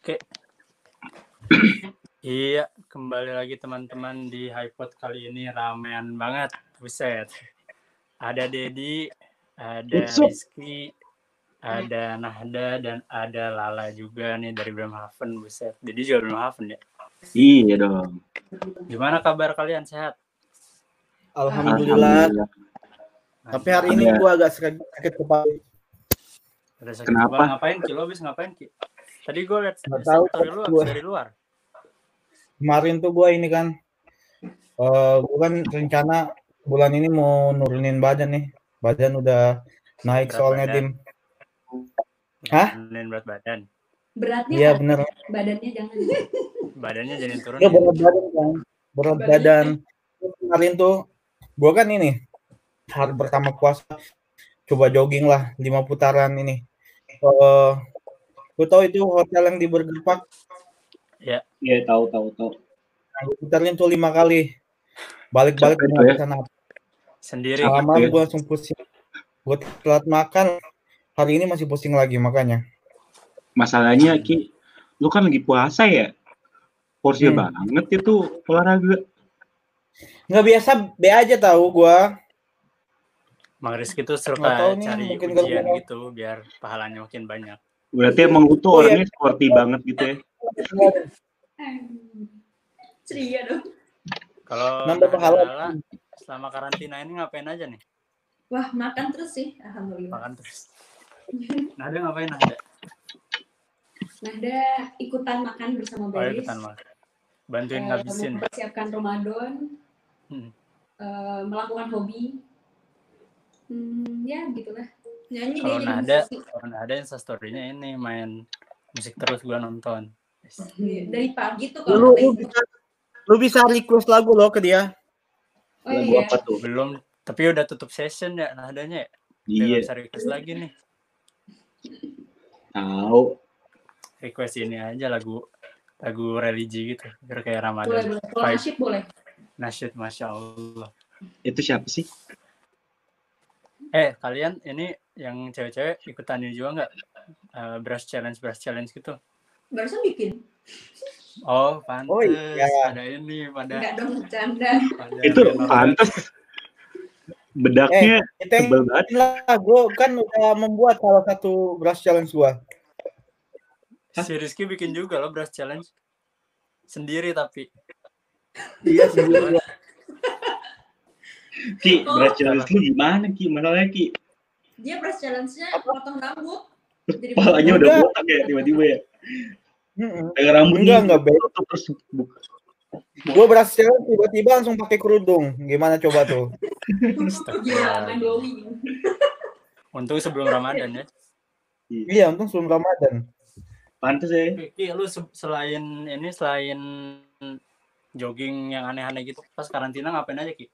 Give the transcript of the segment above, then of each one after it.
Oke. Iya, kembali lagi teman-teman di HiPod kali ini ramean banget, buset. Ada Dedi, ada Rizky, ada Nahda, dan ada Lala juga nih dari Bremerhaven, buset. Dedi juga Bremerhaven ya? Iya dong. Gimana kabar kalian, sehat? Alhamdulillah. Tapi hari ini gue agak sakit kepala. Kenapa? Ngapain Ki? Lo habis ngapain Ki? Tadi gue liat story lu dari luar. Kemarin tuh gue ini kan, gue kan rencana bulan ini mau nurunin badan nih. Badan udah naik berat soalnya badan. Hah? Nurunin berat badan. Beratnya iya bener. Badannya jangan. Badannya jangan turun. Iya berat badan kan. Berat badan. Kemarin tuh gue kan ini hari pertama puasa coba jogging lah 5 putaran ini. Gue tau itu hotel yang di Burger Park. Iya tahu. Nah, gue putarin tuh 5 kali. Balik-balik ke sana. Sendiri. Malam gue langsung pusing. Gue telat makan. Hari ini masih pusing lagi makanya. Masalahnya Ki, lu kan lagi puasa ya. Porsi banget itu olahraga. Nggak biasa, be aja tahu gue. Mang Rizky tuh suka cari ujian gitu biar pahalanya makin banyak. Berarti emang lu tuh orangnya sporty banget gitu ya. Ceria dong. Kalau selama karantina ini ngapain aja nih? Wah, makan terus sih, alhamdulillah. Makan terus. Nahda ngapain Nahda? Nahda ikutan makan bersama Beris. Ikutan makan. Bantuin ngabisin. Mempersiapkan Ramadan. Melakukan hobi. Ya gitulah. Nyanyi kalau Nahda Instastory-nya ini main musik terus gua nonton. Dari pagi tuh kalau lu bisa request lagu lo ke dia. Oh iya. Apa tuh? Belum, tapi udah tutup session ya Nahdanya ya. Iya. Bisa request lagi nih. Tahu. Request ini aja lagu religi gitu, biar kayak Ramadan. Boleh. Kalau nasyid boleh. Nasyid, masya Allah. Itu siapa sih? Kalian ini yang cewek-cewek ikutan ini juga nggak? Brush challenge gitu? Barusan bikin. Oh, pantes. Oh, iya. Ada ini pada. Enggak dong, bercanda. Itu pantes. Bedaknya tebel banget. Lah, gue kan udah membuat salah satu brush challenge gue. Si Rizky bikin juga loh brush challenge. Sendiri tapi. Iya, sendiri. Ki, brush challenge lu gimana Ki? Masalahnya Ki? Dia brush challenge-nya potong rambut. Jadi palanya udah botak ya tiba-tiba ya. Kayak rambutnya enggak terus. Gue brush challenge tiba-tiba langsung pakai kerudung. Gimana coba tuh? Gila, glowing. Untung sebelum Ramadan ya. Iya, untung sebelum Ramadan. Pantes ya. Ki, lu selain jogging yang aneh-aneh gitu pas karantina ngapain aja Ki?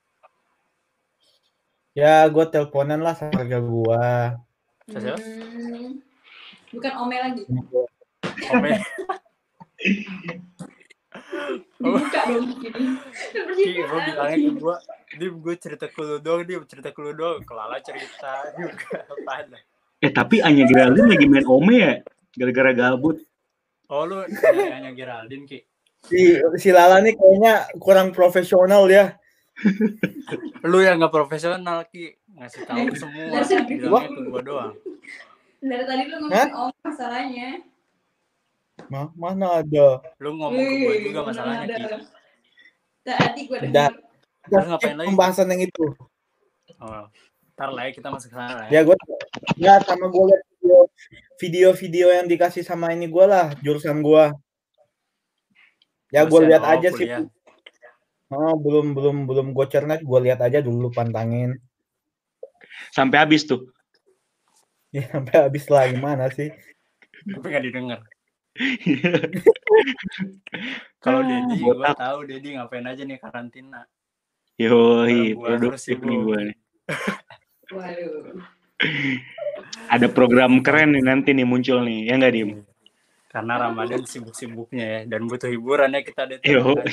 Ya, gue teleponan lah sama keluarga gue. Bukan Ome lagi. Ome. Dibuka dong gini. Ki, lu bilangnya ke gue cerita ke lu doang, Kelala cerita juga apaan. Tapi Anya Geraldine lagi main Ome ya? Gara-gara gabut. Oh, lu Anya Geraldine Ki. Si Lala nih kayaknya kurang profesional ya. Lu yang nggak profesional Ki, ngasih tahu semua, bilangnya ke gua doang. Dari tadi lu ngomongin Om masalahnya. Mana ada? Lu ngomong ke gua juga masalahnya Ki. Tadi gua dengar. Terus ngapain lagi? Pembahasan yang itu. Oh, ntar lah ya kita masuk ke sana ya. Ya sama gue liat video yang dikasih sama ini gue lah, jurusan gue. Ya gue lihat aja kuliah. Sih. Oh, belum gue cerna, gue lihat aja dulu, pantangin. Sampai habis tuh. Ya sampai habis lah, gimana sih? Tapi nggak didengar. Kalau Dedi, gue tahu Dedi ngapain aja nih karantina. Yoi, produktif nih gue nih. Waduh. Ada program keren nih nanti nih muncul nih, ya nggak Dim? Karena Ramadan sibuk-sibuknya ya, dan butuh hiburan ya kita ada.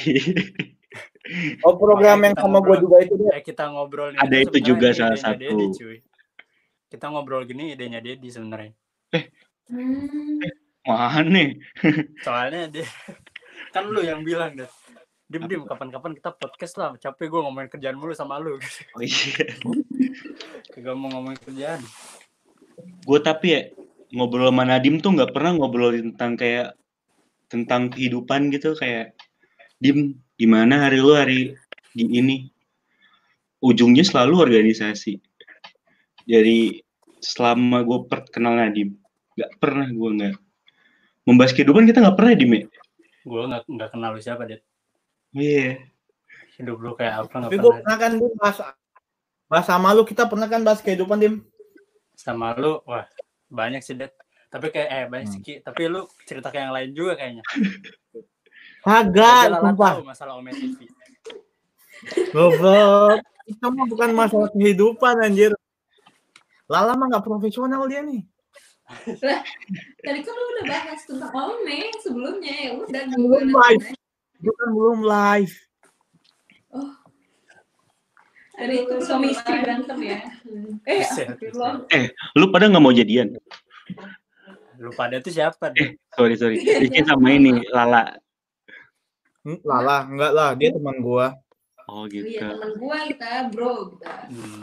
Oh, program yang sama gue juga itu deh. Kita ngobrol nih. Ada itu juga salah satu. Dedi, kita ngobrol gini idenya Dedi sebenarnya. Mana? Soalnya dia kan lu yang bilang deh. Dim, kapan-kapan kita podcast lah. Capek gue ngomongin kerjaan mulu sama lu. Oh iya. Kagak mau ngomongin kerjaan. Gue tapi ya ngobrol sama Nadim tuh nggak pernah ngobrol tentang kehidupan gitu, kayak Dim, gimana hari lu hari ini? Ujungnya selalu organisasi. Jadi selama gue kenal Nadim, nggak pernah gue nggak membahas kehidupan, kita nggak pernah, Dim ya? Gue nggak kenal lu siapa, Det. Iya. Hidup lu kayak apa? Tapi gue pernah kan Dim bahas sama lu, kita pernah kan bahas kehidupan Dim. Sama lu, wah banyak sih, Det. Tapi kayak banyak sih, tapi lu cerita kayak yang lain juga kayaknya. Kagak, sumpah. Tahu masalah Ome TV. Goblok. Itu mah bukan masalah kehidupan anjir. Lala mah nggak profesional dia nih. Tadi kan lu udah bahas tentang Ome sebelumnya, ya udah belum live. Itu kan belum live. Oh. Tadi itu suami istri berantem ya. Lu pada nggak mau jadian? Lu pada tuh siapa? Sorry. Ini sama ini Lala. Lala, enggak lah, dia teman gua. Oh gitu. Iya, teman gua kita, bro kita.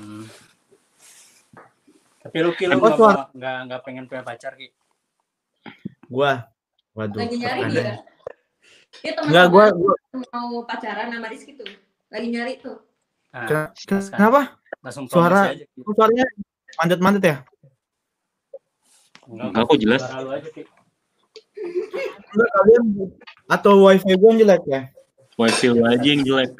Tapi lu nggak pengen punya pacar, Ki? Gua, waduh. Lagi nyari dia. Dia teman. Enggak, gua mau pacaran sama Rizky tuh. Lagi nyari tuh. Nah, kenapa? Suaranya mandet-mandet ya? Enggak kok jelas. Suara lu aja, Ki. Enggak, kalian atau wifi gue yang jelek ya? Wifi lu aja yang jelek.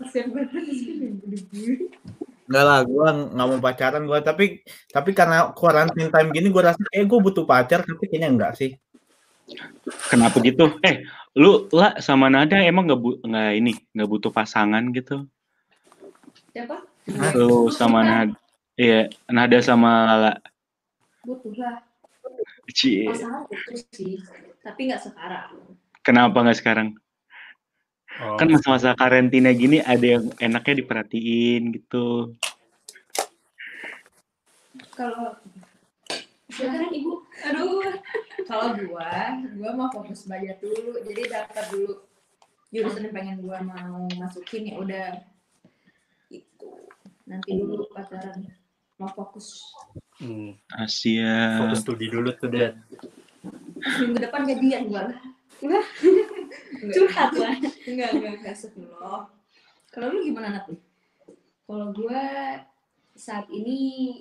Enggak lah, gue nggak mau pacaran gue, tapi karena quarantine time gini gue rasa kayak gue butuh pacar, tapi kayaknya enggak sih. Kenapa gitu? Lu lah sama Nada emang nggak butuh pasangan gitu? Siapa? Lu sama Nada, iya, Nada sama Lala. Butuh lah. Cie. Pasangan butuh sih, tapi nggak sekarang. Kenapa nggak sekarang? Kan masa-masa karantina gini ada yang enaknya diperhatiin gitu. Kalau silakan Ibu. Aduh. Kalau gua mau fokus belajar dulu. Jadi daftar dulu jurusan yang pengen gua mau masukin, ya udah. Itu. Nanti dulu pacaran. Mau fokus. Asia. Fokus studi dulu tuh, Det. Minggu depan jadian gua lah. Udah. Curhat lah. Enggak sebelum. Kalau lu gimana, Nat? Kalau gua saat ini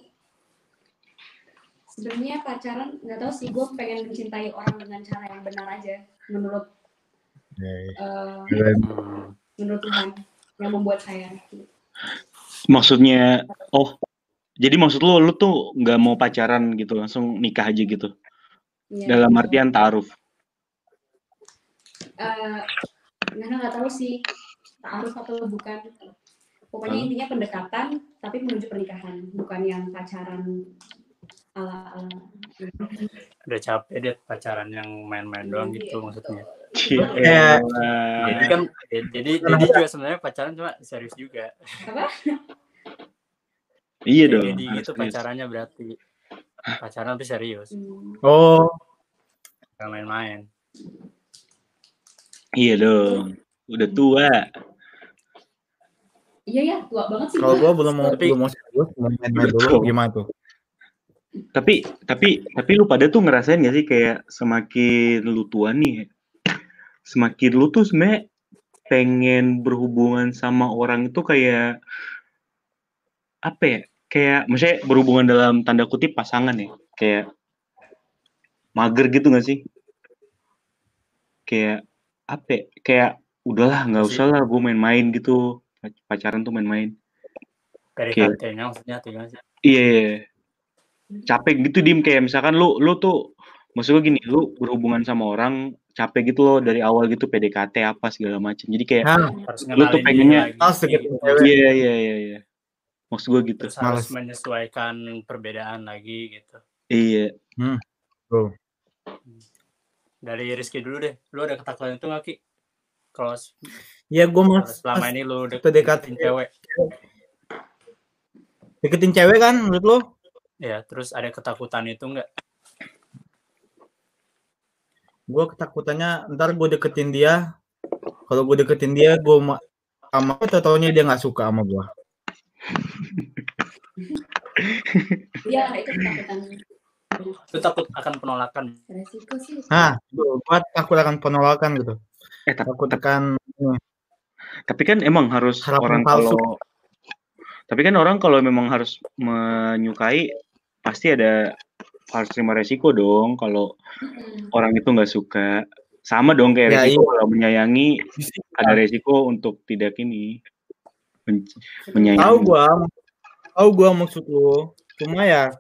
sebenarnya pacaran nggak tahu sih, gue pengen mencintai orang dengan cara yang benar aja menurut Tuhan yang membuat saya. Maksudnya, jadi maksud lu tuh nggak mau pacaran gitu, langsung nikah aja gitu? Ya, dalam artian ta'aruf? Nggak tahu sih ta'aruf atau bukan. Pokoknya intinya pendekatan tapi menuju pernikahan, bukan yang pacaran ala-ala. Udah capek deh pacaran yang main-main doang gitu maksudnya. Jadi juga sebenarnya pacaran cuma serius juga. Apa? Iya dong. Jadi gitu pacarannya berarti pacaran tapi serius. Oh. Gak main-main. Iya dong. Udah tua. Iya, tua banget sih. Kalau gue belum mau serius, main-main dulu. Gimana tuh? Tapi lu pada tuh ngerasain gak sih kayak semakin lu tua nih, semakin lu tuh sebenarnya pengen berhubungan sama orang itu kayak apa ya? Kayak maksudnya berhubungan dalam tanda kutip pasangan ya, kayak mager gitu gak sih? Kayak apa ya? Kayak udahlah nggak usah lah gue main-main gitu, pacaran tuh main-main. PDKT-nya maksudnya tinggal sih. Iya. Capek gitu, Dim, kayak misalkan lu tuh maksud gue gini, lu berhubungan sama orang capek gitu loh dari awal gitu, PDKT apa segala macam, jadi kayak lu tuh pengennya iya maksud gue gitu, terus harus menyesuaikan perbedaan lagi gitu. Iya. Dari Rizky dulu deh, lu ada ketakutan itu nggak, Ki? Kalau ya gue selama ini lu deketin cewek, deketin cewek kan menurut lu? Ya, terus ada ketakutan itu enggak? Gue ketakutannya ntar gue deketin dia. Kalau gue deketin dia, gue sama taunya dia nggak suka sama gue. Iya, itu ketakutan. Lu takut akan penolakan. Resiko sih. Nah, gue takut akan penolakan gitu. Takut akan Tapi kan emang harus harapan orang palsu. Tapi kan orang kalau memang harus menyukai pasti harus terima resiko dong kalau orang itu nggak suka. Sama dong kayak Ya, resiko iya. kalau menyayangi ada resiko untuk tidak menyayangi. Tahu gua maksud lu. Cuma ya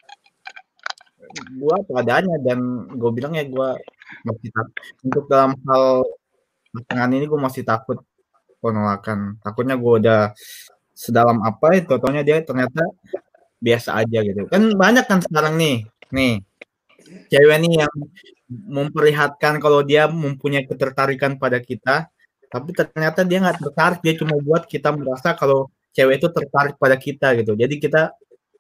gua padanya dan gua bilang ya gua masih takut. Untuk dalam hal pasangan ini gua masih takut penolakan. Takutnya gua udah sedalam apa itu totalnya dia ternyata biasa aja gitu. Kan banyak kan sekarang nih cewek nih yang memperlihatkan kalau dia mempunyai ketertarikan pada kita, tapi ternyata dia nggak tertarik, dia cuma buat kita merasa kalau cewek itu tertarik pada kita gitu. Jadi kita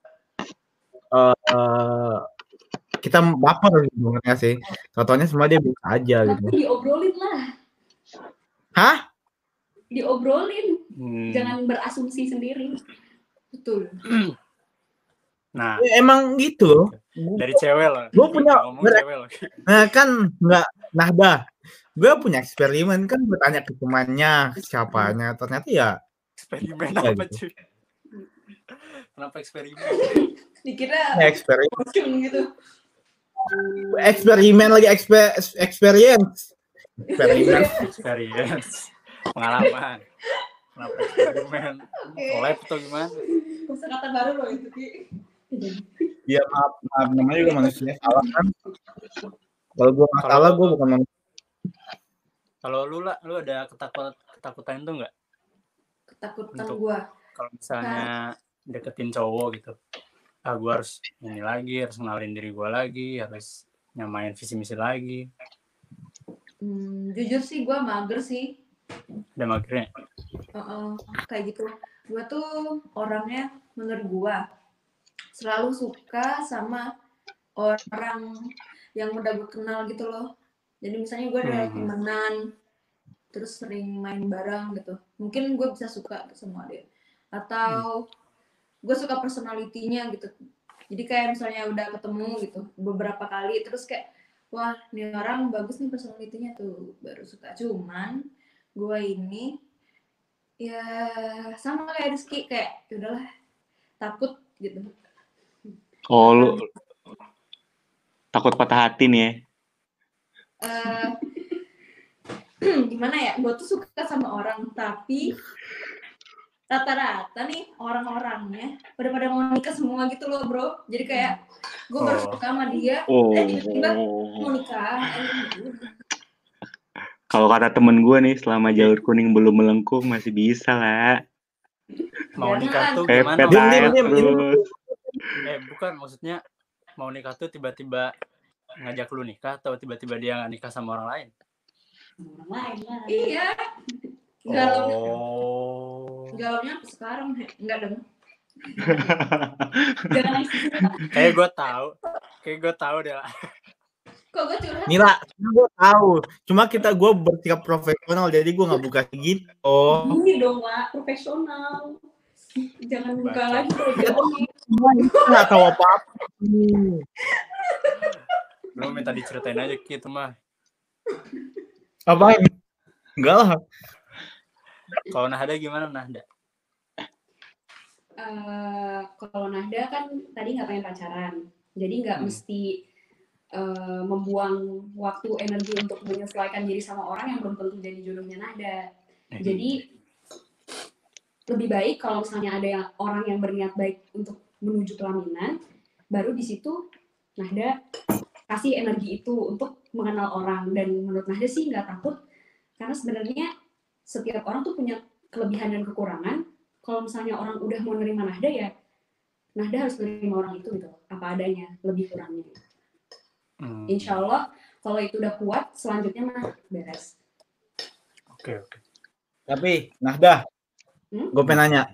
kita baper gitu ya sih. Contohnya semua dia biasa aja gitu. Tapi diobrolin lah. Hah? Diobrolin. Jangan berasumsi sendiri. Betul. Nah, emang gitu loh. Dari cewek loh. Gue punya cewek loh. Nah, kan nggak Nahda. Gue punya eksperimen kan bertanya ke temannya siapanya. Ternyata ya eksperimen ya, apa gitu. cuy? Kenapa eksperimen? Dikira eksperimen gitu. Eksperimen lagi experience. Pengalaman. Kenapa eksperimen? Oleh atau gimana? Kata baru loh itu Ki. Ya maaf namanya juga manusia salah kan. Kalau gue nggak salah gue bukan manusia. Kalau lu ada ketakutan itu nggak? Ketakutan gue. Kalau misalnya deketin cowok gitu, gue harus ini lagi, harus kenalin diri gue lagi, harus nyamain visi misi lagi. Jujur sih gue mager sih. Udah magernya? Kayak gitu. Gue tuh orangnya menurut gue selalu suka sama orang yang udah gue kenal gitu loh. Jadi misalnya gue ada temenan, terus sering main bareng gitu. Mungkin gue bisa suka sama dia. Atau gue suka personality-nya gitu. Jadi kayak misalnya udah ketemu gitu beberapa kali, terus kayak wah nih orang bagus nih personality-nya tuh, baru suka. Cuman gue ini ya sama kayak Rizky, kayak udahlah takut gitu. Oh lu takut patah hati nih ya? Gimana ya, gue tuh suka sama orang tapi rata-rata nih orang-orangnya pada mau nikah semua gitu loh bro. Jadi kayak gue baru suka sama dia, tiba-tiba mau nikah. Kalau kata temen gue nih, selama jalur kuning belum melengkung masih bisa lah. Mau nikah tuh gimana? Terus. Bukan, maksudnya mau nikah tuh tiba-tiba ngajak lu nikah atau tiba-tiba dia nggak nikah sama orang lain? Orang lain lah. Iya. Galaunya sekarang enggak dong. Kayak gue tahu deh lah. Kok gue curhat? Nila, gue tahu. Cuma gue bersikap profesional, jadi gue nggak buka gitu. Ini dong, Wak, profesional. Jangan buka lagi kalau nggak tahu apa-apa. Lu minta diceritain aja gitu mah. Apa? Enggak lah. Kalau Nahda gimana Nahda? Kalau Nahda kan tadi nggak pengen pacaran, jadi nggak mesti membuang waktu energi untuk menyesuaikan diri sama orang yang belum tentu jadi jodohnya Nahda. Jadi lebih baik kalau misalnya ada orang yang berniat baik untuk menuju pelaminan, baru di situ Nahda kasih energi itu untuk mengenal orang. Dan menurut Nahda sih nggak takut, karena sebenarnya setiap orang tuh punya kelebihan dan kekurangan. Kalau misalnya orang udah mau nerima Nahda, ya Nahda harus menerima orang itu gitu, apa adanya, lebih kurangnya. Insya Allah kalau itu udah kuat, selanjutnya mah beres. Oke. Tapi Nahda, gue pengen nanya,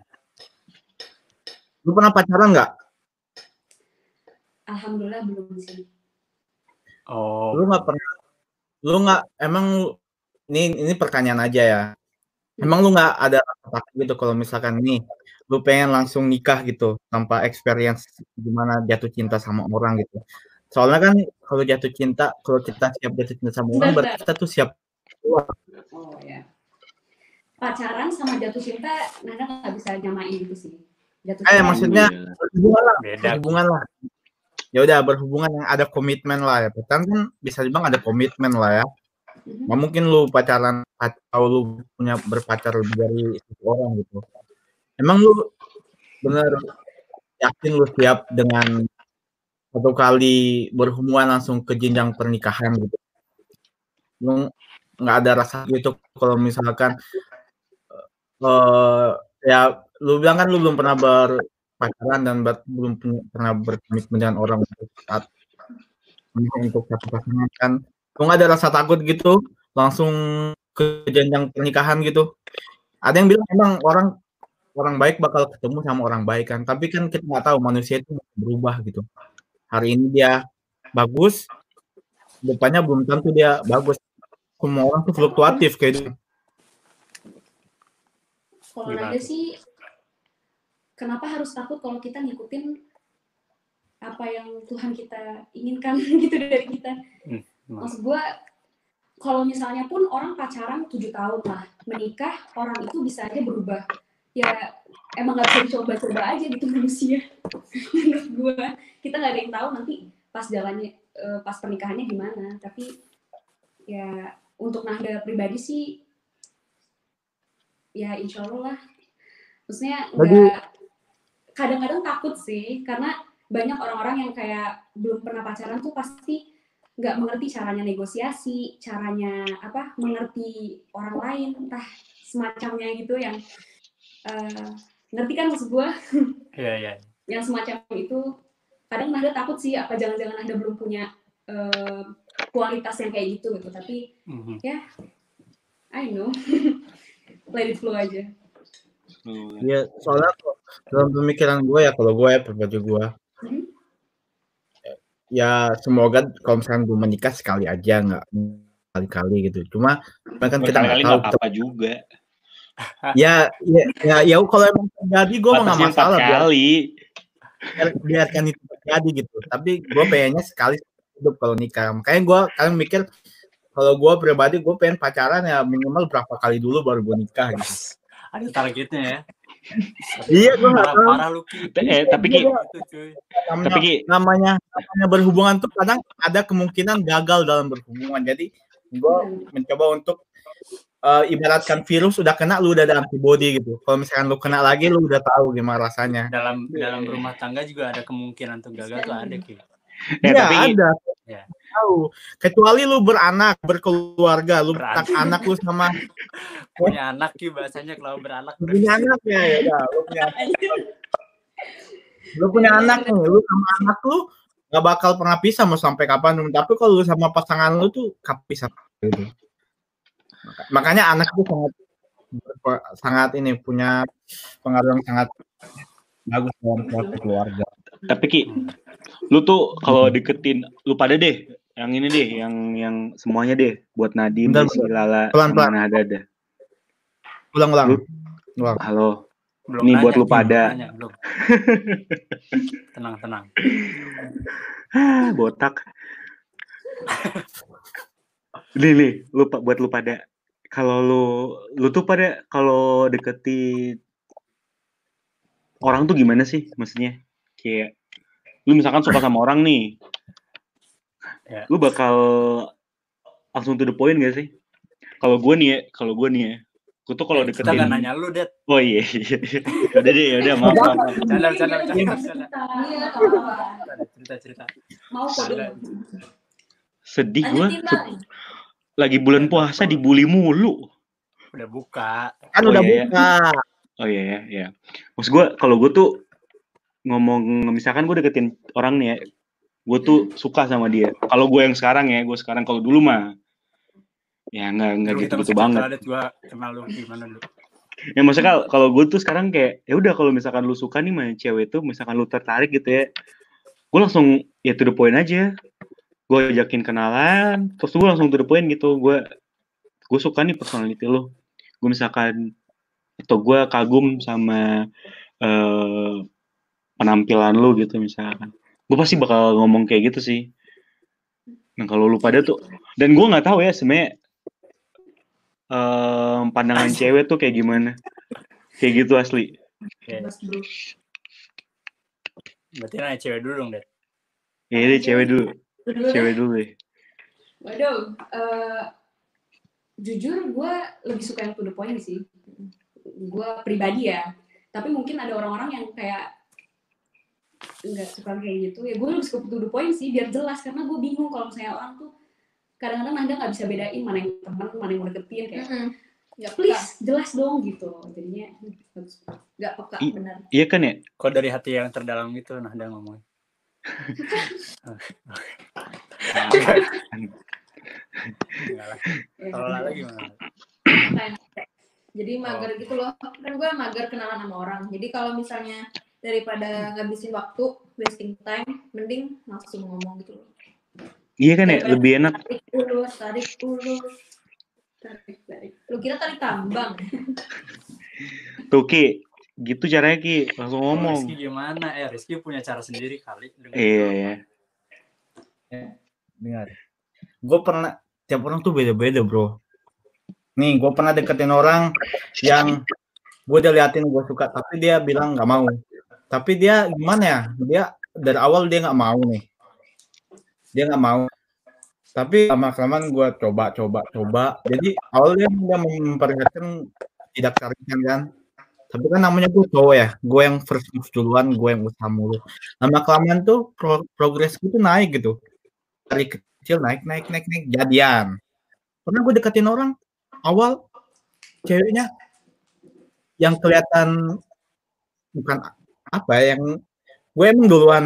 lu pernah pacaran nggak? Alhamdulillah belum sih. Lu nggak pernah Lu nggak emang ini pertanyaan aja ya. Emang lu nggak ada takut gitu kalau misalkan nih lu pengen langsung nikah gitu tanpa experience gimana jatuh cinta sama orang gitu. Soalnya kan kalau kita siap jatuh cinta sama orang berarti kita tuh siap. Oh ya. Pacaran sama jatuh cinta, Nanda nggak bisa nyamain gitu sih. Jatuh cinta. Maksudnya beda. berhubungan lah. Ya udah berhubungan yang ada komitmen lah ya. Pacaran kan bisa dibilang ada komitmen lah ya. Nggak mungkin lu pacaran atau lu punya berpacar lebih dari satu orang gitu. Emang lu bener yakin lu siap dengan satu kali berhubungan langsung ke jenjang pernikahan gitu? Lu nggak ada rasa gitu kalau misalkan ya lu bilang kan lu belum pernah berpacaran dan belum pernah berkomitmen dengan orang saat untuk satu pasangan kan lu nggak ada rasa takut gitu langsung ke jenjang pernikahan gitu. Ada yang bilang emang orang baik bakal ketemu sama orang baik kan, tapi kan kita nggak tahu manusia itu berubah gitu. Hari ini dia bagus, depannya belum tentu dia bagus. Semua orang tuh fluktuatif kayak itu. Kalau Nanda sih, kenapa harus takut kalau kita ngikutin apa yang Tuhan kita inginkan gitu dari kita? Maksud gue, kalau misalnya pun orang pacaran 7 tahun lah, menikah, orang itu bisa aja berubah. Ya emang nggak bisa dicoba-coba aja gitu manusia. Menurut gue, kita nggak ada yang tahu nanti pas jalannya, pas pernikahannya gimana. Tapi ya untuk Nanda pribadi sih, ya insya Allah lah. Maksudnya nggak, kadang-kadang takut sih, karena banyak orang-orang yang kayak belum pernah pacaran tuh pasti nggak mengerti caranya negosiasi, caranya mengerti orang lain, entah semacamnya gitu yang ngerti kan maksud gue? Iya. Yang semacam itu, kadang Nanda takut sih, apa jangan-jangan Nanda belum punya kualitas yang kayak gitu gitu, tapi ya, I know, let it flow aja. Ya soalnya dalam pemikiran gue ya, kalau gue ya pribadi gue, ya semoga kalau misalkan gue menikah sekali aja, nggak kali-kali gitu. Cuma kan kita nggak tahu apa juga. Ya kalau emang terjadi gue mah nggak masalah biarkan itu terjadi gitu. Tapi gue pengennya sekali hidup kalau nikah. Makanya gue kalian mikir kalau gue pribadi gue pengen pacaran ya minimal berapa kali dulu baru gue nikah gitu. Ada targetnya ya. Iya gue nggak tahu. Parah lu Ki. Tapi namanya berhubungan tuh kadang ada kemungkinan gagal dalam berhubungan. Jadi gue mencoba untuk ibaratkan virus udah kena lu udah ada antibody gitu. Kalau misalkan lu kena lagi lu udah tahu gimana rasanya. Dalam rumah tangga juga ada kemungkinan untuk gagal tuh ada Ki. Iya ada. Ya. Tahu. Kecuali lu beranak, berkeluarga, lu anak lu sama punya anak Ki bahasanya kalau beranak. Punya anak ya udah lu punya anak nih, lu sama anak lu nggak bakal pernah pisah mau sampai kapan. Tapi kalau lu sama pasangan lu tuh pisah gitu. Makanya anak itu sangat ini punya pengaruh yang sangat bagus dalam suatu keluarga. Tapi Ki, lu tuh kalau deketin, lu pada deh, yang ini deh, yang semuanya deh, buat Nadim, si Lala, sama Nada. Ulang. Halo. Belum ini nanya, buat lu pada. Tenang. Botak. Nih, buat lu pada. Kalau lu tuh pada kalau deketin orang tuh gimana sih maksudnya? Kayak lu misalkan suka sama orang nih. Ya. Lu bakal langsung to the point gak sih? Kalau gue nih ya. Gue tuh kalau deketin. Kita gak nanya lu, Det. Oh iya. Udah maaf. Cerita. Mau kode. Sedih gue. Lagi bulan puasa dibully mulu. Udah buka. Kan udah buka. Oh iya ya. Maksud gue kalau gue tuh ngomong misalkan gue deketin orang nih ya, gue tuh suka sama dia. Kalau gue yang sekarang ya, kalau dulu mah ya nggak gitu banget. Gue kenal lu gimana lu? Ya maksudnya kalau gue tuh sekarang kayak ya udah kalau misalkan lu suka nih sama cewek tuh, misalkan lu tertarik gitu ya, gue langsung ya to the point aja. gue ajakin kenalan, terus gue langsung to the point gitu. Gue suka nih personality lo. Gue misalkan atau gue kagum sama penampilan lo gitu misalkan. Gue pasti bakal ngomong kayak gitu sih. Nah kalau lu pada tuh, dan gue nggak tahu ya sebenarnya pandangan cewek tuh kayak gimana, kayak gitu asli. Berarti nanya cewek dulu dong, Det. Iya deh, cewek dulu deh. Waduh, jujur gue lebih suka yang to the point sih. Gue pribadi ya. Tapi mungkin ada orang-orang yang kayak nggak suka kayak gitu. Ya gue lebih suka to the point sih, biar jelas. Karena gue bingung kalau misalnya orang tuh kadang-kadang Nanda nggak bisa bedain mana yang teman, mana yang mau deketin kayak. Ya please, jelas dong gitu. Jadinya nggak peka benar. Iya kan ya? Kok dari hati yang terdalam gitu Nanda ngomong. Kalau Lala gimana? Jadi mager gitu loh. Kan gue mager kenalan sama orang. Jadi kalau misalnya daripada ngabisin waktu, wasting time, mending langsung ngomong gitu loh. Iya kan ya, lebih enak. Tarik ulur. Lu kira tarik tambang? Tuh Ki, gitu caranya Ki, langsung ngomong. Rizky gimana? Rizky punya cara sendiri kali. Iya. Dengar. Gue pernah, tiap orang tuh beda-beda bro. Nih, gue pernah deketin orang yang gue udah liatin gue suka, tapi dia bilang nggak mau. Tapi dia gimana ya? Dia dari awal dia nggak mau nih. Dia nggak mau. Tapi lama-kelamaan gue coba. Jadi awalnya dia memperlihatkan tidak tarikan kan. Tapi kan namanya gue cowok ya. Gue yang first move duluan, gue yang usaha mulu. Lama-kelamaan tuh progres gue tuh naik gitu. Dari kecil naik, jadian. Pernah gue deketin orang, awal ceweknya yang kelihatan bukan apa ya, yang gue emang duluan,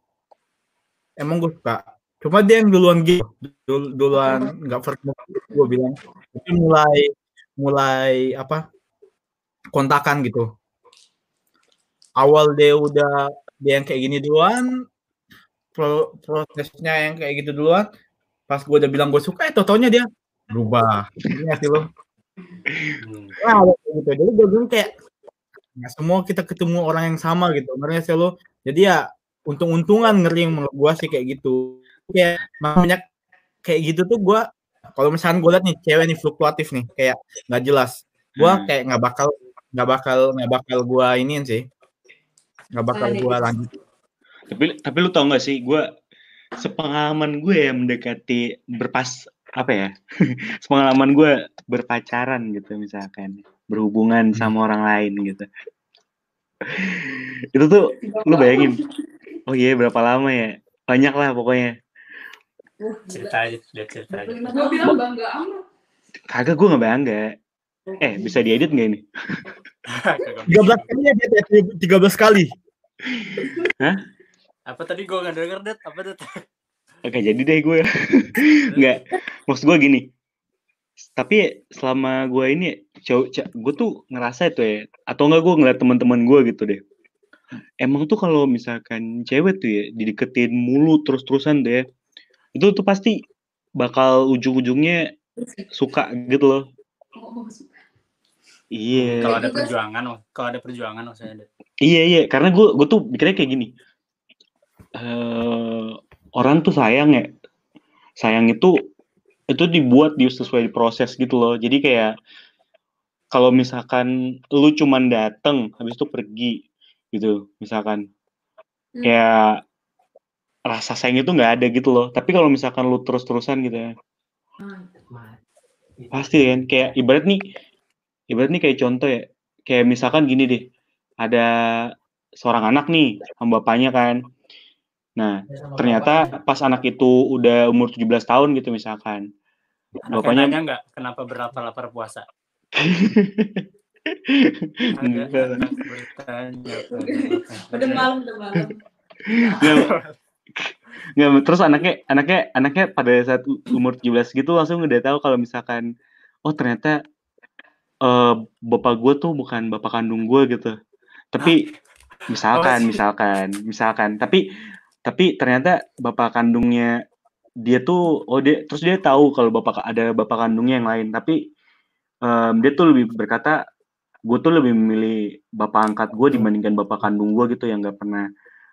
emang gue suka. Cuma dia yang duluan gitu, duluan nggak first move, gue bilang. Tapi mulai apa kontakan gitu. Awal dia yang kayak gini duluan, prosesnya yang kayak gitu duluan. Pas gue udah bilang gue suka, taunya dia berubah. Ini sih lo. Nah, gitu. Jadi gue bilang kayak nggak semua kita ketemu orang yang sama gitu. Ngerti sih lo. Jadi ya untung-untungan ngeri menurut gue sih kayak gitu. Kayak banyak kayak gitu tuh gue. Kalau misalnya gue liat nih cewek nih fluktuatif nih, kayak nggak jelas. Gue kayak nggak bakal gue iniin sih. Nggak bakal gue lanjut. Tapi lu tau nggak sih, gue sepengalaman gue yang mendekati sepengalaman gue berpacaran gitu misalkan, berhubungan sama orang lain gitu. Itu tuh lu bayangin, oh iya berapa lama ya, banyak lah pokoknya. Ceritain. Gue bilang bangga amat. Kagak, gue nggak bangga. Bisa diedit nggak ini? 13 kali ya, 13 kali. Hah? Apa tadi gue nggak denger, Det? Apa, Det? Oke, jadi deh gue. Nggak, maksud gue gini. Tapi selama gue ini, gue tuh ngerasa itu ya, atau enggak gue ngeliat teman-teman gue gitu deh. Emang tuh kalau misalkan cewek tuh ya dideketin mulu terus-terusan deh, itu tuh pasti bakal ujung-ujungnya suka gitu loh. Iya. Kalau ada perjuangan maksudnya. Iya, karena gue tuh mikirnya kayak gini. Orang tuh sayang itu dibuat sesuai proses gitu loh. Jadi kayak kalau misalkan lu cuman dateng habis itu pergi gitu, misalkan kayak rasa sayang itu nggak ada gitu loh. Tapi kalau misalkan lu terus-terusan gitu ya, pasti kan. Kayak ibarat nih kayak contoh ya, kayak misalkan gini deh, ada seorang anak nih sama bapaknya kan. Nah, ternyata pas anak itu udah umur 17 tahun gitu misalkan. Bapaknya nanya nggak kenapa berlapar-lapar puasa? Udah malam. Nggak, terus anaknya pada saat umur 17 gitu langsung udah tahu kalau misalkan ternyata bapak gue tuh bukan bapak kandung gue gitu. Tapi misalkan tapi ternyata bapak kandungnya dia tuh terus dia tahu kalau ada bapak kandungnya yang lain, tapi dia tuh lebih berkata, gue tuh lebih memilih bapak angkat gue dibandingkan bapak kandung gue gitu, yang nggak pernah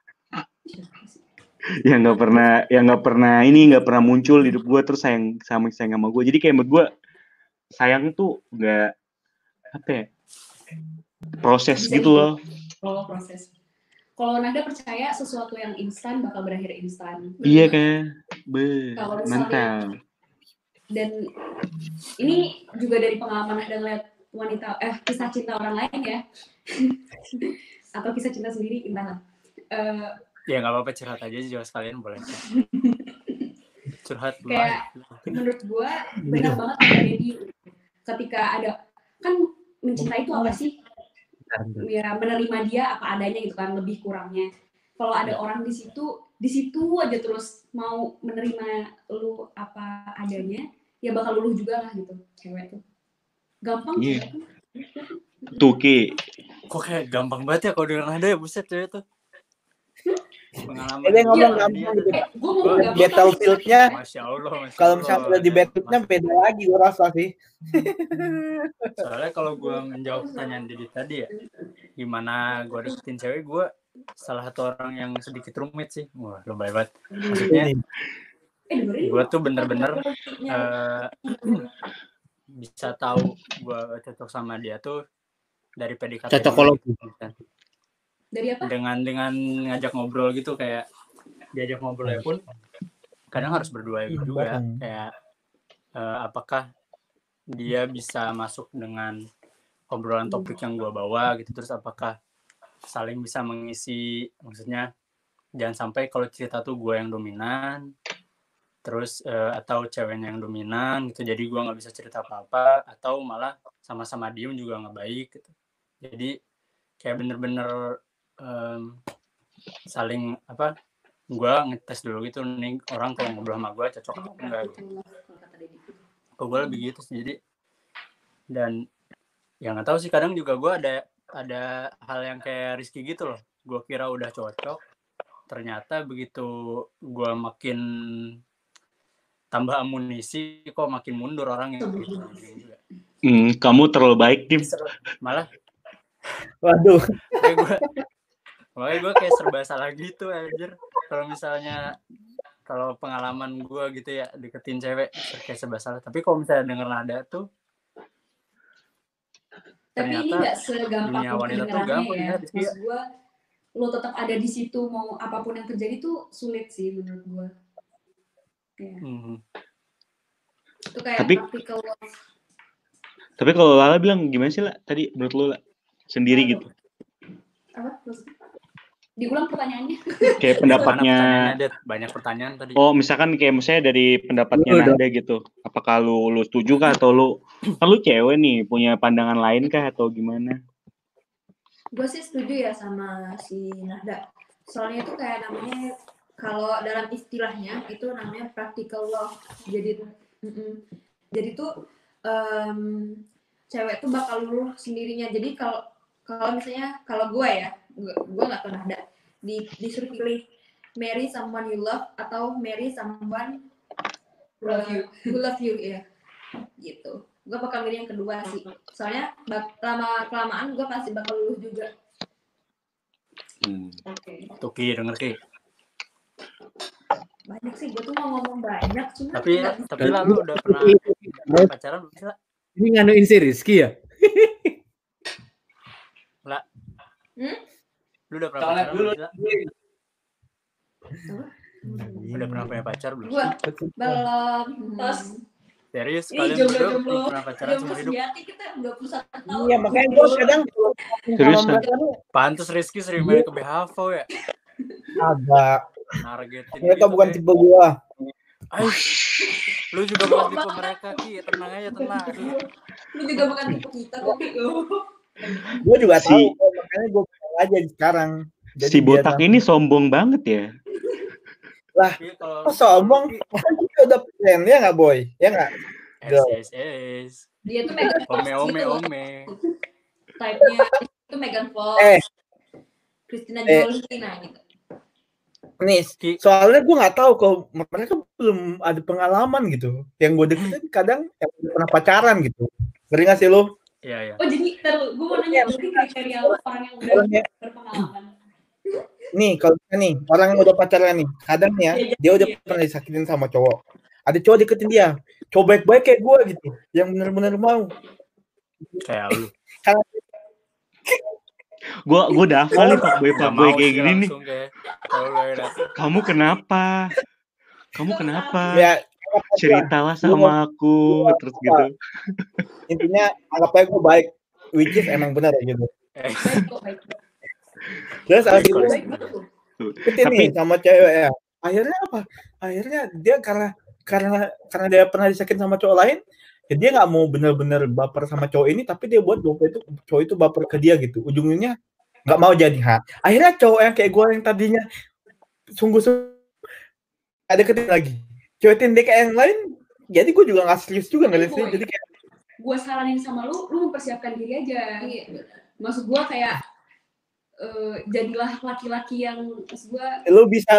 muncul di hidup gue, terus sayang sama gue. Jadi kayak menurut gue sayang tuh nggak apa ya, proses Bisa gitu loh. Oh, proses. Kalau Nada percaya sesuatu yang instan bakal berakhir instan. Iya kan, Kalau misalnya, mantap. dan ini juga dari pengalaman Nada ngeliat kisah cinta orang lain ya, atau kisah cinta sendiri, entahlah. Ya nggak apa-apa, curhat aja juga sekalian boleh. Curhat kayak menurut gue benar banget kata Dedi, ketika ada kan mencintai itu apa sih? Ya menerima dia apa adanya gitu kan, lebih kurangnya. Kalau ada orang di situ aja terus mau menerima lu apa adanya, ya bakal luluh juga lah gitu. Cewek tuh gampang sih. Tuh Ki, kok kayak gampang banget ya kalau denger Nada ya, buset cewek tuh. Pengalaman dia ngomong gampang gitu. Battlefield-nya, Masya Allah. Kalau misalnya udah di Battlefield-nya beda lagi gue rasa sih. Soalnya kalau gue menjawab pertanyaan Dedi tadi ya, gimana gue deketin cewek, gue salah satu orang yang sedikit rumit sih. Wah, lebay banget. Maksudnya gue tuh bener-bener bisa tahu gue cocok sama dia tuh dari PDKT. Cocokologi. Dari apa? Dengan ngajak ngobrol gitu, kayak diajak ngobrolnya pun kadang harus berdua juga. Kayak apakah dia bisa masuk dengan obrolan topik yang gue bawa gitu, terus apakah saling bisa mengisi, maksudnya jangan sampai kalau cerita tuh gue yang dominan, terus atau ceweknya yang dominan gitu, jadi gue nggak bisa cerita apa-apa, atau malah sama-sama diem juga nggak baik gitu. Jadi kayak bener-bener saling apa, gue ngetes dulu gitu nih orang kalau ngobrol sama gue cocok apa enggak gitu. Kok gue lebih gitu sih. Jadi dan ya nggak tahu sih, kadang juga gue ada hal yang kayak Rizky gitu loh, gue kira udah cocok, ternyata begitu gue makin tambah amunisi kok makin mundur orangnya gitu. Kamu terlalu baik Tim. Malah waduh, makanya gue kayak serba salah gitu anjir. Kalau misalnya kalau pengalaman gue gitu ya deketin cewek kayak serba salah, tapi kalau misalnya denger Nada tuh tapi ini nggak segampang dunia wanita tuh gampang ya. Maksud gue lo tetap ada di situ mau apapun yang terjadi tuh sulit sih menurut gue ya. Itu kayak practical life. Tapi kalau Lala bilang gimana sih lah tadi menurut lo lah sendiri gitu? Apa? Diulang pertanyaannya. Kayak pendapatnya banyak pertanyaan tadi. Oh, misalkan kayak misalnya dari pendapatnya Nada gitu. Apakah lu setuju kah, atau lu cewek nih punya pandangan lain kah atau gimana? Gue sih setuju ya sama si Nada. Soalnya itu kayak namanya, kalau dalam istilahnya itu namanya practical love. Jadi tuh cewek tuh bakal luluh sendirinya. Jadi kalau misalnya kalau gue nggak tahu Nada, disuruh pilih marry someone you love atau marry someone who love you ya, gitu. Gue bakal milih yang kedua sih. Soalnya lama-kelamaan gue pasti bakal luluh juga. Oke. Tuh Ki, denger Ki. Banyak sih, gue tuh mau ngomong banyak, cuma tapi lah lu udah pernah pacaran belum sih lah? Ini nganuin si Rizky ya? Lah. Lu udah pernah pacaran belum sih lah? Udah pernah punya pacar belum? Gua belum. Terus serius kalian berdua pernah pacaran seumur hidup? Kita 21 tahun. Iya, makanya gue kadang serius. Pantes Rizky sering main ke BHV ya? Agak. Nargetin mereka gitu, bukan tipe gue. Lu juga bukan tipe mereka Ki, tenang aja, tenang. Lu juga bukan tipe kita kok. Gue juga tahu, makanya gue bilang aja sekarang. Jadi si botak ini sombong banget ya. Lah, kok sombong? Kan kita udah plan, ya nggak Boy? Ya nggak? SSS. Dia tuh Megan Fox Ome. Type-nya itu Megan Fox. Christina Jolie, nah gitu. Nih, soalnya gue nggak tahu kalau mereka belum ada pengalaman gitu. Yang gue deketin kadang yang pernah pacaran gitu. Ngerti nggak sih lo? Iya. Oh jadi gue mau nanya berarti kriteria lo orang yang udah berpengalaman. Nih kalau nih orang yang udah pacaran nih, kadang ya dia udah pernah disakitin sama cowok. Ada cowok deketin dia, cowok baik-baik kayak gue gitu, yang benar-benar mau. Kayak lu. Gue udah hafal nih fuckboy kayak gini nih. Kamu kenapa? Ya, ceritalah sama aku terus gitu. Intinya anggap aja gue baik, which is emang benar gitu. Terus abis itu nih sama cewek ya. Akhirnya apa? Akhirnya dia karena dia pernah disakitin sama cowok lain, ya dia nggak mau benar-benar baper sama cowok ini, tapi dia buat cowok itu baper ke dia gitu. Ujungnya nggak mau jadi akhirnya cowok yang kayak gue yang tadinya sungguh-sungguh ada ketik lagi cewek dia kayak yang lain, jadi gue juga nggak serius juga ngeliat sih. Jadi kayak gue saranin sama lu mempersiapkan diri aja. Maksud gue kayak jadilah laki-laki yang maksud gue lu bisa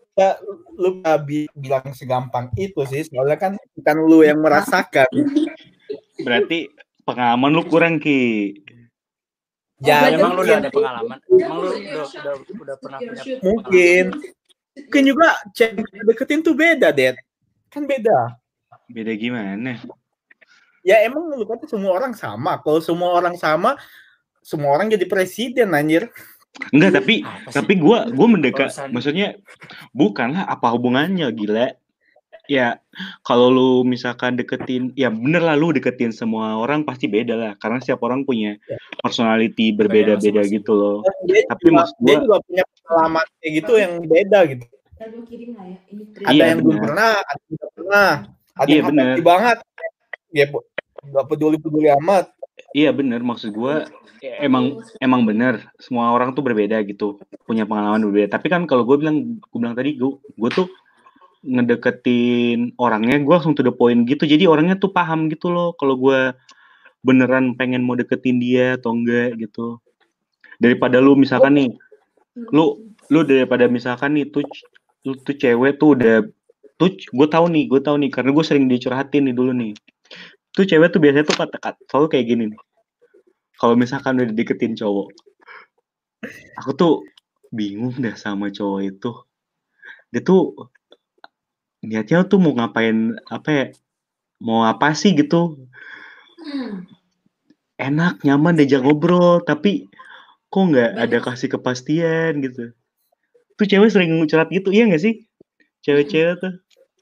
bilang segampang itu sih, soalnya kan bukan lu yang merasakan. Berarti pengalaman lu kurang, Ki. Ya, emang lu udah ada pengalaman? Emang lu udah pernah punya mungkin juga cewek deketin tuh beda, Det. Kan beda. Beda gimana? Ya emang lu kata semua orang sama. Kalau semua orang sama, semua orang jadi presiden anjir. Enggak, tapi gue mendekat, maksudnya bukanlah apa hubungannya, gila. Ya kalau lu misalkan deketin, ya bener lah lu deketin semua orang pasti beda lah, karena setiap orang punya personality berbeda-beda gitu loh. Tapi maksud gue dia juga punya pengalaman kayak gitu yang beda gitu. Ada yang belum pernah, ada yang udah pernah, ada yang hati banget, ya nggak peduli amat. Iya bener, maksud gue emang bener, semua orang tuh berbeda gitu, punya pengalaman berbeda. Tapi kan kalau gue bilang tadi gue tuh ngedeketin orangnya, gue langsung to the point gitu, jadi orangnya tuh paham gitu loh kalau gue beneran pengen mau deketin dia atau enggak gitu. Daripada lu misalkan nih, lu daripada misalkan nih tuh cewek tuh udah tuh, gue tahu nih karena gue sering dicurhatin nih dulu nih. Tuh cewek tuh biasanya tuh kata selalu kayak gini nih. Kalau misalkan udah deketin cowok, aku tuh bingung dah sama cowok itu. Dia tuh niatnya tuh mau ngapain, apa ya, mau apa sih gitu. Enak, nyaman, diajak ngobrol, tapi kok nggak ada kasih kepastian gitu. Tuh cewek sering curhat gitu, iya nggak sih? Cewek-cewek tuh.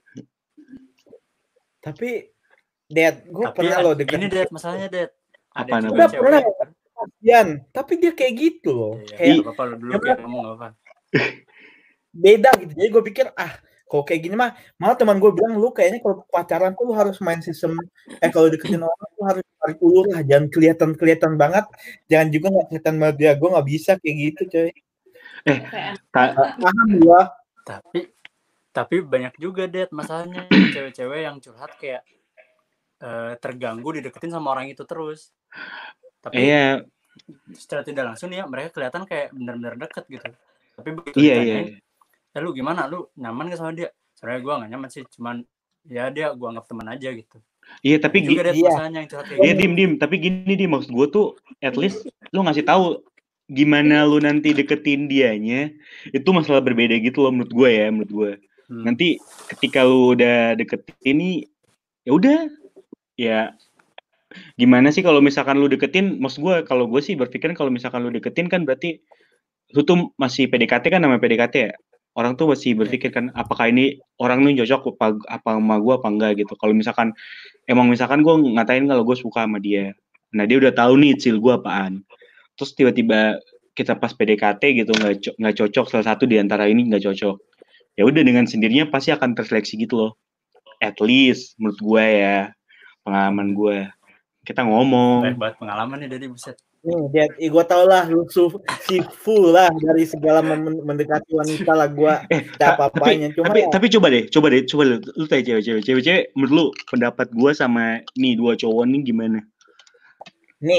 Tapi Det, gue pernah loh deketin. Ini Det, masalahnya Det. Apa namanya? Udah pernah kepastian, tapi dia kayak gitu loh. Kayak apa dulu kayak ngomong apa? Beda gitu. Jadi gue pikir kalau kayak gini mah, malah teman gue bilang lu kayaknya kalau pacaran tuh lu harus main sistem kalau deketin orang tuh harus tarik ulur lah, jangan kelihatan banget, jangan juga nggak kelihatan banget dia. Gue nggak bisa kayak gitu, coy. Paham gua. Tapi banyak juga Det masalahnya cewek-cewek yang curhat kayak terganggu dideketin sama orang itu terus. Tapi secara tidak langsung ya mereka kelihatan kayak benar-benar deket gitu. Tapi begitu ditanyain, lu gimana, lu nyaman gak sama dia? Sebenarnya gue gak nyaman sih, cuman ya dia gue anggap teman aja gitu. Iya, tapi juga ada masalahnya yang curhat kayak gitu. Dim, tapi gini maksud gue tuh at least lu ngasih tahu gimana lu nanti deketin dianya, itu masalah berbeda gitu loh menurut gue. Nanti ketika lu udah deketin ini, ya udah, ya gimana sih kalau misalkan lu deketin, maksud gue kalau gue sih berpikir kalau misalkan lu deketin kan berarti lu tuh masih PDKT kan, namanya PDKT ya. Orang tuh masih berpikir kan apakah ini orang ini cocok apa sama gue apa enggak gitu. Kalau misalkan gue ngatain kalau gue suka sama dia, nah dia udah tahu nih chill gue apaan. Terus tiba-tiba kita pas PDKT gitu nggak cocok, salah satu di antara ini nggak cocok. Ya udah dengan sendirinya pasti akan terseleksi gitu loh. At least menurut gue ya, pengalaman gue. Kita ngomong. Baik banget pengalaman nih dari buset. Nih, gue tau lah lu si full lah dari segala mendekati wanita lah gue apa-apanya. Tapi coba deh lu tanya cewek menurut lu pendapat gue sama nih dua cowok nih gimana? Nih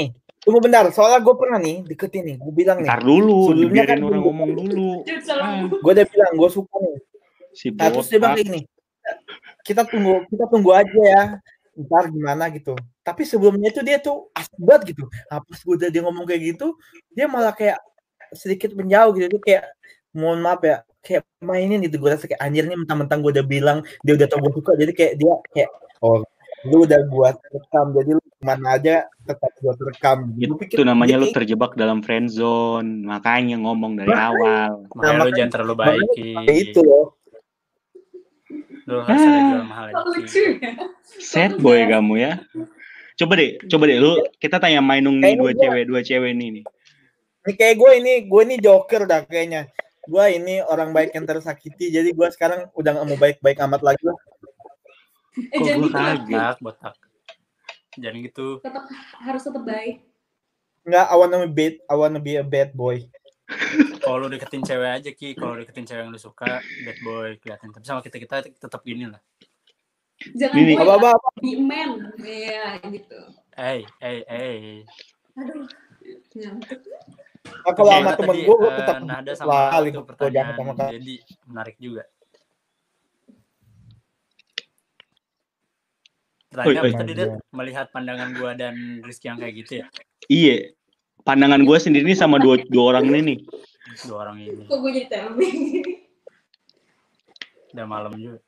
Tunggu bentar, soalnya gue pernah nih deketin nih, gue bilang nih. Ntar dulu, sebelumnya dibiarin kan orang gua- ngomong dulu. Gue udah bilang gue suka nih. Si Nah terus dia bilang botak. kayak gini, kita tunggu aja ya, ntar gimana gitu. Tapi sebelumnya itu dia tuh asik banget gitu. Nah, pas gue udah dia ngomong kayak gitu, dia malah kayak sedikit menjauh gitu. Dia kayak mohon maaf ya, kayak mainin gitu. Gue rasa kayak anjir nih mentang-mentang gue udah bilang dia udah tau gue suka, jadi kayak dia kayak oh lu udah gue rekam, jadi lu kemana aja tetap gue rekam. Itu namanya lu terjebak dalam friend zone, makanya ngomong dari awal. Makanya lu jangan terlalu baik. Itu loh. Lu harus ada jual mahal Lucu lagi. ya. Sad boy kamu ya. Coba deh lu kita tanya Mainung nih dua cewek nih. Ini kayak gue ini joker dah kayaknya. Gue ini orang baik yang tersakiti, jadi gue sekarang udah gak mau baik-baik amat lagi lah. Jangan gitu lah. Botak. Jangan gitu. Harus tetap baik. Enggak, I wanna be a bad boy. Kalau lu deketin cewek aja Ki, kalau deketin cewek yang lu suka, bad boy kelihatan. Tapi sama kita tetap gini lah. Jangan Ini. boy, be man. Iya gitu. Aduh. Nyantuk. Nah, kalau sama temen gue tetap Nada sama itu pertanyaan jadi menarik juga. Pertanyaan apa tadi Dad? Melihat pandangan gue dan Rizky yang kayak gitu ya? Iya. Pandangan gue sendiri sama dua orang ini nih. Dua orang ini. Kok gue jadi tembeng gini? Udah malam juga.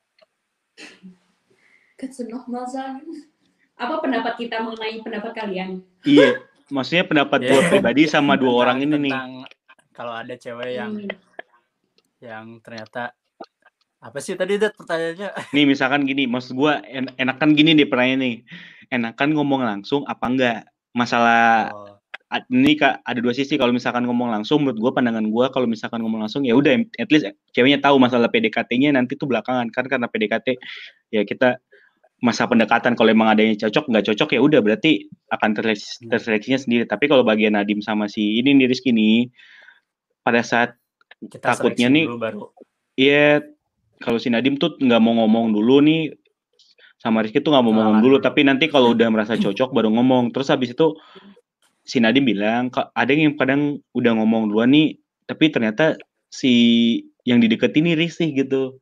Kesenok masan. Apa pendapat kita mengenai pendapat kalian? Iya. Maksudnya pendapat gue pribadi sama dua orang ini nih. Kalau ada cewek yang ternyata apa sih tadi Dad pertanyaannya? Nih misalkan gini, maksud gue enakan gini deh pertanyaan nih. Enakan ngomong langsung apa enggak? Masalah ini Kak, ada dua sisi. Kalau misalkan ngomong langsung, menurut gue pandangan gue kalau misalkan ngomong langsung ya udah at least ceweknya tahu masalah PDKT-nya nanti tuh belakangan kan, karena PDKT ya kita masa pendekatan, kalau emang ada yang cocok nggak cocok ya udah berarti akan terseleksinya sendiri. Tapi kalau bagian Nadim sama si ini nih Rizky nih, pada saat kita takutnya nih iya, kalau si Nadim tuh nggak mau ngomong dulu nih sama Rizky tuh nggak mau ngomong dulu, tapi nanti kalau udah merasa cocok baru ngomong. Terus habis itu si Nadim bilang ada yang kadang udah ngomong duluan nih, tapi ternyata si yang dideketin nih risih gitu.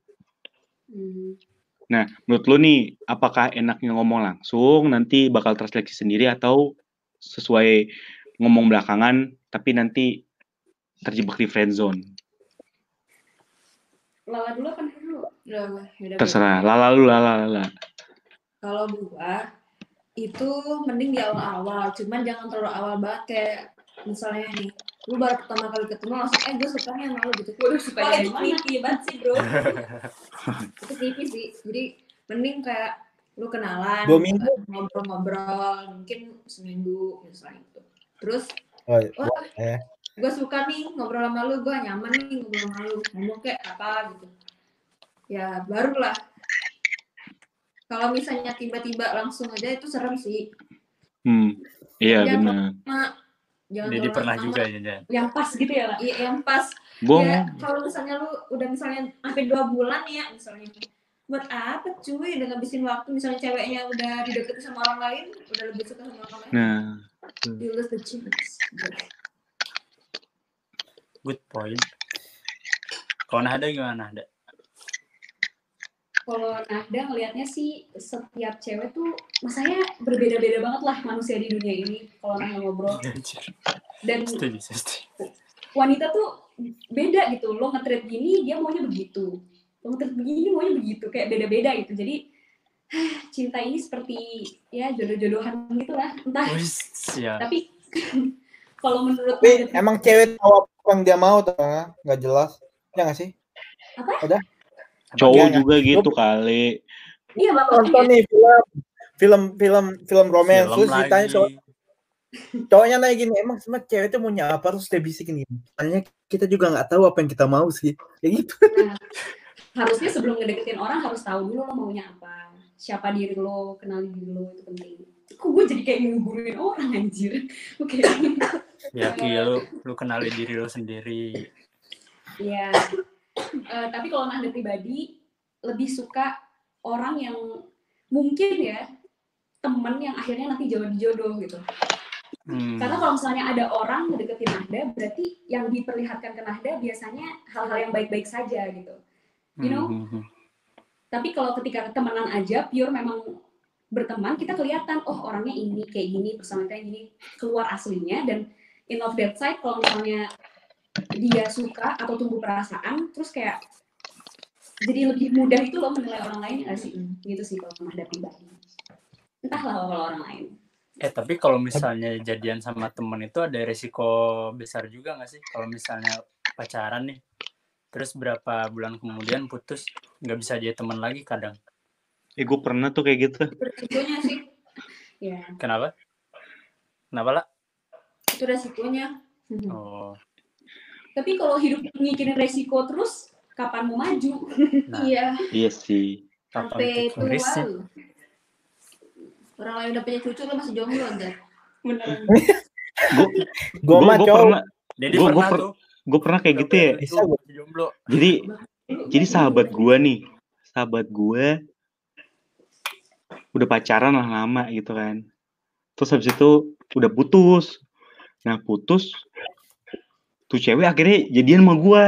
Nah, menurut lo nih, apakah enaknya ngomong langsung, nanti bakal terseleksi sendiri, atau sesuai ngomong belakangan, tapi nanti terjebak di friend zone? Lala dulu apa dulu? Terserah, lala. Kalau gua, itu mending di awal-awal, cuman jangan terlalu awal banget kayak misalnya nih, lu baru pertama kali ketemu langsung gue sukanya sama lu gitu. Gue sukanya dari mana? Creepy banget sih bro. Itu creepy sih. Jadi mending kayak lu kenalan, 2 minggu ngobrol-ngobrol, mungkin seminggu misalnya gitu. Terus, gue suka nih ngobrol sama lu, gue nyaman nih ngobrol sama lu, ngomong kayak apa gitu. Ya barulah. Kalau misalnya tiba-tiba langsung aja itu serem sih. Iya benar. Jadi pernah juga ya. Yang pas gitu ya, Iya, yang pas. Ya, kalau misalnya lu udah misalnya sampai 2 bulan ya misalnya. Buat apa cuy udah ngabisin waktu, misalnya ceweknya udah dideketin sama orang lain, udah lebih suka sama orang lain. Nah, you lose the chance. Good point. Kalau Nahda gimana Nahda? Kalau Nahda ngelihatnya sih setiap cewek tuh masanya berbeda-beda banget lah manusia di dunia ini kalau Nahda ngobrol. Dan wanita tuh beda gitu, lo nge-treat gini dia maunya begitu, lo nge-treat begini maunya begitu, kayak beda-beda gitu. Jadi cinta ini seperti ya jodoh-jodohan gitu lah, entah. Tapi kalau menurut emang cewek tahu apa yang dia mau tuh nggak jelas ya nggak sih? Apa? Udah cowok juga gitu kali. Iya nonton nih film romance terus ditanya cowoknya nanya gini, emang sama cewek itu maunya apa, terus dia bisikin gini, soalnya kita juga nggak tahu apa yang kita mau sih, kayak gitu. Nah, harusnya sebelum ngedeketin orang harus tahu dulu lo maunya apa, siapa diri lo, kenali diri lo, itu penting. Kok gue jadi kayak ngeguruin orang anjir. Oke. Ya lu kenali diri lo sendiri. Iya. Tapi kalau Nahda pribadi lebih suka orang yang mungkin ya teman yang akhirnya nanti jadi jodoh gitu. Karena kalau misalnya ada orang ngedeketin Nahda, berarti yang diperlihatkan ke Nahda biasanya hal-hal yang baik-baik saja gitu. You know? Tapi kalau ketika temenan aja, pure memang berteman, kita kelihatan, oh orangnya ini, kayak gini, personalnya gini, keluar aslinya. Dan in of that side, kalau misalnya dia suka atau tumbuh perasaan, terus kayak jadi lebih mudah itu loh menilai orang lain, nggak sih? Gitu sih kalau Nahda pribadi. Entahlah kalau orang lain. Tapi kalau misalnya jadian sama temen itu ada resiko besar juga nggak sih? Kalau misalnya pacaran nih, terus berapa bulan kemudian putus, nggak bisa jadi teman lagi kadang. Gue pernah tuh kayak gitu. Resikonya sih. Ya. Kenapa? Kenapa lah? Itu resikonya. Oh. Tapi kalau hidup mikirin resiko terus, kapan mau maju? Nah, Iya sih. Sampai kapan itu tua lu. Orang lain udah punya cucu, lu masih jomblo aja. Beneran. Gue mah cowok. Dedi pernah tuh. Gue pernah kayak gitu ya. Bisa gue. Jomblo. Jadi sahabat gue udah pacaran lah lama gitu kan. Terus habis itu udah putus. Nah putus, tuh cewek akhirnya jadian sama gue.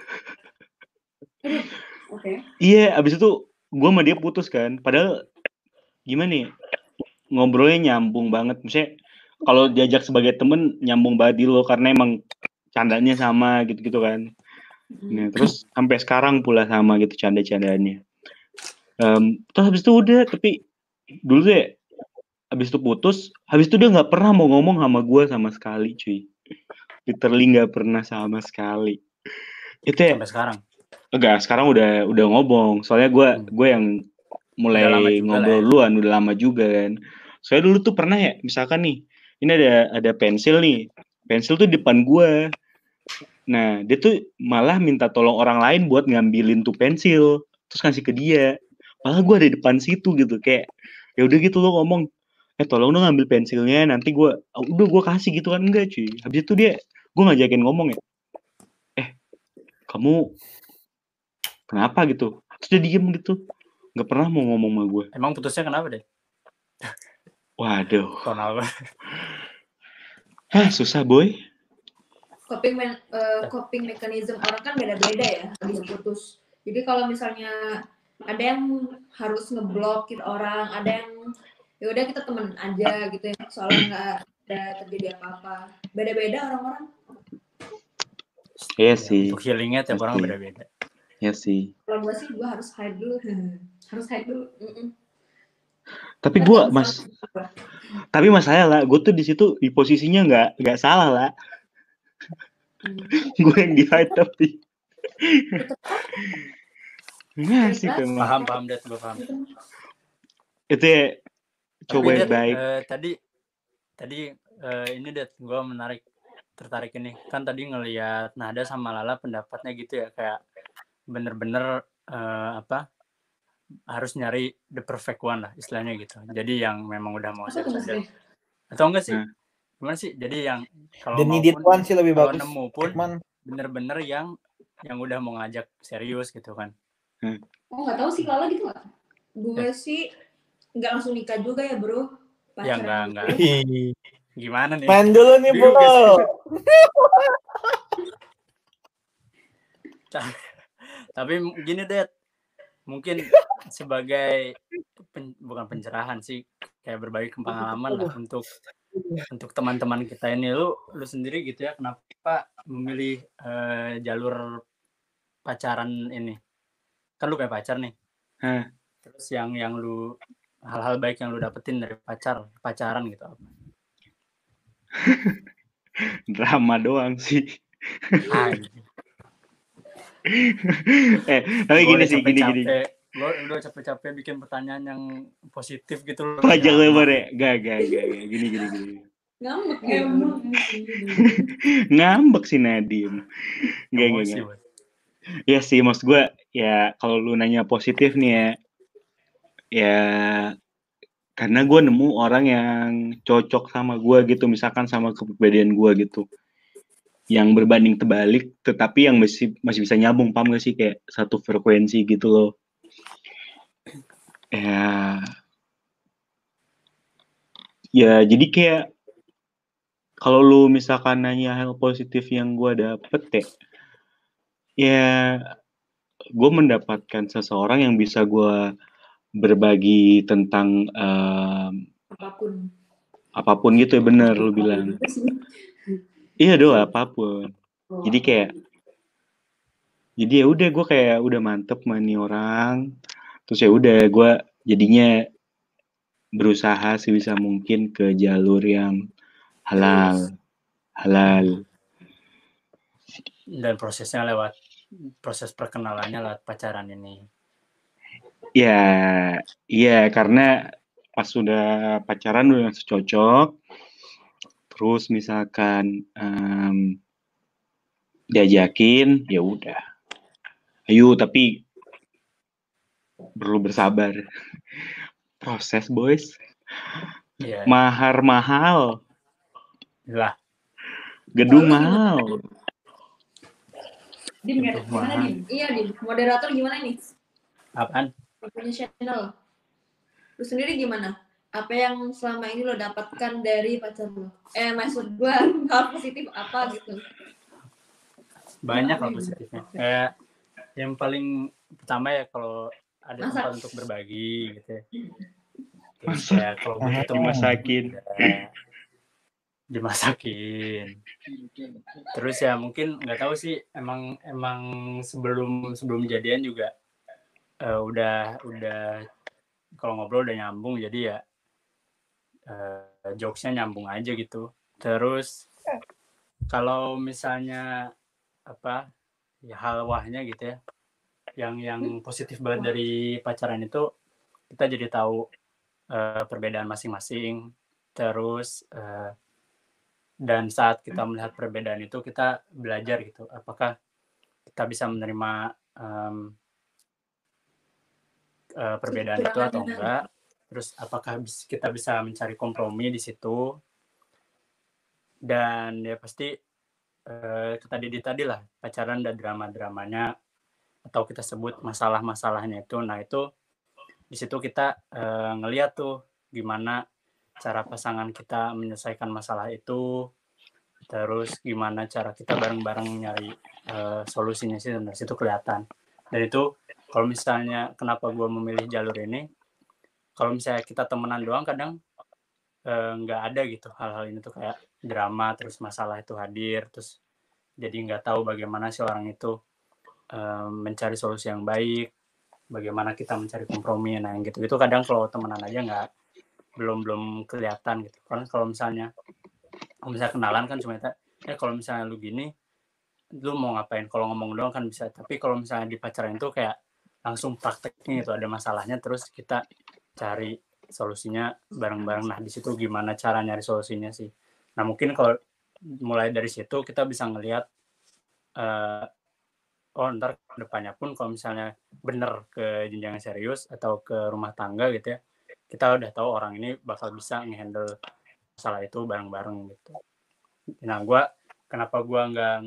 Oke. Iya, abis itu gue sama dia putus kan. Padahal gimana ya, ngobrolnya nyambung banget. Maksudnya kalau diajak sebagai temen nyambung banget di lo karena emang candanya sama gitu-gitu kan. Nah, terus sampai sekarang pula sama gitu canda-candaannya. Terus habis itu udah, tapi dulu deh habis itu putus, habis itu dia nggak pernah mau ngomong sama gue sama sekali, cuy. Literally nggak pernah sama sekali. Itu ya. Sampai sekarang. Enggak, sekarang udah ngomong. Soalnya gue yang mulai ngobrol duluan, udah lama juga kan. Soalnya dulu tuh pernah ya, misalkan nih, ini ada pensil nih. Pensil tuh di depan gue. Nah, dia tuh malah minta tolong orang lain buat ngambilin tuh pensil, terus kasih ke dia. Malah gue ada di depan situ gitu, kayak ya udah gitu lo ngomong, tolong dong ngambil pensilnya, nanti gue kasih gitu kan. Enggak cuy. Habis itu gue ngajakin ngomong ya, kamu kenapa gitu? Terus dia diem gitu, nggak pernah mau ngomong sama gue. Emang putusnya kenapa deh? Waduh. Kenapa? Susah boy. Coping mechanism orang kan beda-beda ya habis putus. Jadi kalau misalnya ada yang harus ngeblok gitu orang, ada yang ya udah kita temen aja gitu ya, soalnya nggak ada terjadi apa-apa. Beda-beda orang-orang. Iya sih. Untuk healingnya tiap orang beda-beda. Iya sih. Kalau gue sih gue harus hide dulu. Tapi gue tapi masalah lah, gue tuh di situ di posisinya nggak salah lah. Gue yang di hide tapi. Nggak sih Paham deh, gue paham. Itu ya, coba baik. Tadi ini deh, gue tertarik ini. Kan tadi ngelihat Nahda sama Lala pendapatnya gitu ya, kayak bener-bener harus nyari the perfect one lah istilahnya gitu. Jadi yang memang udah mau serius atau enggak sih? Gimana sih? Jadi yang kalau mau sih lebih bagus. Nemu pun bener-bener yang udah mau ngajak serius gitu kan. Oh nggak tahu sih Lala gitu nggak? Gue sih nggak langsung nikah juga ya bro. Ya enggak. Gimana nih? Main dulu nih bro. Tapi gini deh, mungkin sebagai bukan pencerahan sih, kayak berbagi pengalaman lah untuk teman-teman kita ini. Lu sendiri gitu ya, kenapa memilih jalur pacaran ini? Kan lu kayak pacar nih. Terus yang lu hal-hal baik yang lu dapetin dari pacaran gitu apa? Drama doang sih. Tapi gini. Gue udah capek-capek bikin pertanyaan yang positif gitu loh. Pajak lebar ya? Gak. Gini. Ngambek emang. Ngambek sih Nadim. Gak. Ya sih, maksud gue ya kalau lu nanya positif nih ya karena gue nemu orang yang cocok sama gue gitu, misalkan sama kepribadian gue gitu, yang berbanding terbalik tetapi yang masih bisa nyambung, paham gak sih, kayak satu frekuensi gitu loh. Ya jadi kayak kalau lu misalkan nanya hal positif yang gue dapet ya gue mendapatkan seseorang yang bisa gue berbagi tentang apapun gitu ya, bener lu bilang. Iya doa apapun. Jadi ya udah gue kayak udah mantep sama nih orang. Terus ya udah gue jadinya berusaha sebisa mungkin ke jalur yang halal. Dan prosesnya lewat proses perkenalannya lewat pacaran ini. Ya, iya karena pas sudah pacaran udah langsung cocok. Terus misalkan diajakin, ya udah. Ayo, tapi perlu bersabar. Proses, boys. Iya. Mahar mahal. Lah. Gedung mahal. Dim, gimana Dim? Iya Dim, moderator gimana nih? Apaan? Punya channel. Lu sendiri gimana? Apa yang selama ini lo dapatkan dari pacar lo? Maksud gue hal positif apa gitu? Banyak hal positifnya. Kayak yang paling pertama ya kalau ada tempat untuk berbagi gitu ya. Terus kayak kalau butuh teman dimasakin. Terus ya mungkin nggak tahu sih emang sebelum jadian juga udah kalau ngobrol udah nyambung jadi ya jokesnya nyambung aja gitu. Terus kalau misalnya apa ya hal wahnya gitu ya yang positif banget dari pacaran itu kita jadi tahu perbedaan masing-masing. Terus dan saat kita melihat perbedaan itu kita belajar gitu apakah kita bisa menerima perbedaan itu atau enggak. Terus apakah kita bisa mencari kompromi di situ. Dan ya pasti tadi lah pacaran dan drama-dramanya atau kita sebut masalah-masalahnya itu. Nah itu di situ kita ngeliat tuh gimana cara pasangan kita menyelesaikan masalah itu. Terus gimana cara kita bareng-bareng nyari solusinya sih, dan dari situ kelihatan. Dan itu kalau misalnya kenapa gue memilih jalur ini, kalau misalnya kita temenan doang kadang nggak ada gitu hal-hal ini tuh kayak drama terus masalah itu hadir terus jadi nggak tahu bagaimana si orang itu mencari solusi yang baik, bagaimana kita mencari kompromi. Nah yang gitu kadang kalau temenan aja belum kelihatan gitu. Karena kalau misalnya kenalan kan cuma kalau misalnya lu gini lu mau ngapain, kalau ngomong doang kan bisa, tapi kalau misalnya di pacaran itu kayak langsung prakteknya itu ada masalahnya terus kita cari solusinya bareng-bareng. Nah di situ gimana cara nyari solusinya sih. Nah mungkin kalau mulai dari situ kita bisa ngelihat ntar depannya pun kalau misalnya bener ke jenjang serius atau ke rumah tangga gitu ya, kita udah tahu orang ini bakal bisa ngehandle masalah itu bareng-bareng gitu. Nah kenapa gue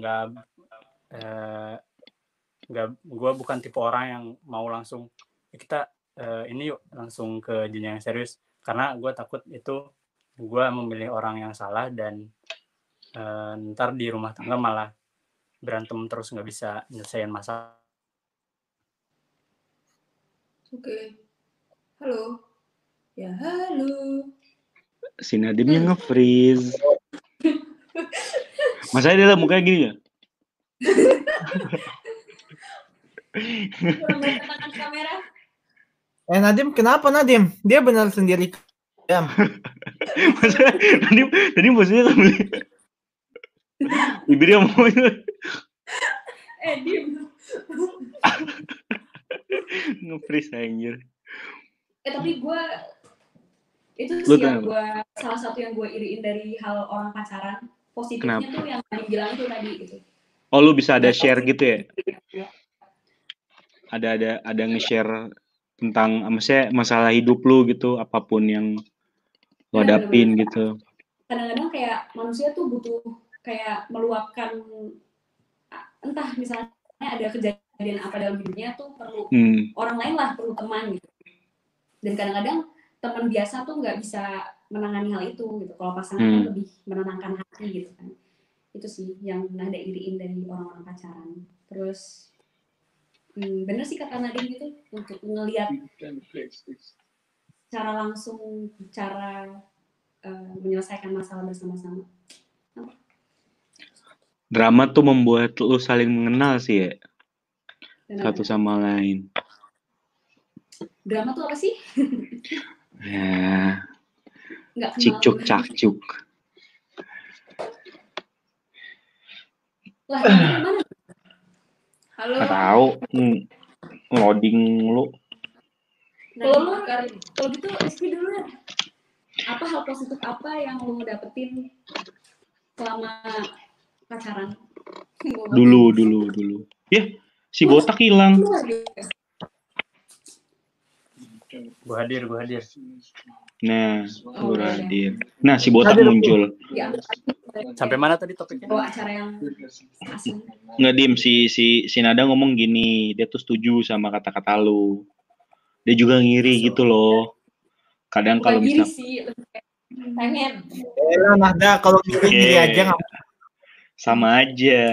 gue bukan tipe orang yang mau langsung kita ini yuk langsung ke jenjang serius, karena gue takut itu gue memilih orang yang salah dan ntar di rumah tangga malah berantem terus nggak bisa nyelesain masalah. Oke. Halo. Ya halo. Si Nadimnya nge-freeze. Masa dia lah mukanya gini ya? Kamera. Nadim kenapa Nadim? Dia benar sendiri. Masa Nadim posisinya kan bibirnya mau Dim. nge-freeze anjir. Tapi gue itu sih yang salah satu yang gue iriin dari hal orang pacaran positifnya. Kenapa? Tuh yang tadi bilang itu tadi gitu. Oh lu bisa ada share gitu ya? Ada nge-share tentang maksudnya masalah hidup lu gitu, apapun yang lu hadapin gitu. Kadang-kadang kayak manusia tuh butuh kayak meluapkan, entah misalnya ada kejadian apa dalam hidupnya tuh perlu orang lain lah, perlu teman gitu. Dan kadang-kadang teman biasa tuh nggak bisa menangani hal itu gitu. Kalau pasangan kan lebih menenangkan hati gitu kan. Itu sih yang Nada iriin dari orang-orang pacaran. Terus bener sih kata Nadine gitu, untuk ngelihat cara langsung, cara menyelesaikan masalah bersama-sama. Drama tuh membuat lu saling mengenal sih ya, Benar. satu sama lain. Drama tuh apa sih? Ya, Nggak kenal. cikcuk cakcuk. Lah, Nadine mana? Halo. Nggak tahu, loading lu. Kalau gitu Rizky dulu ya. Apa hal positif apa yang lu dapetin selama pacaran? Dulu. Ya, si botak hilang. Gue hadir. Nah, gue hadir. Nah, si botak muncul. Ya. Sampai mana tadi topiknya? Oh, acara yang asing. Nggak, Dim, si Nada ngomong gini, dia tuh setuju sama kata-kata lu. Dia juga ngiri gitu loh. Kadang Bukan kalau diri misal sih, pengen. Nada kalau ngiri aja nggak. Sama aja.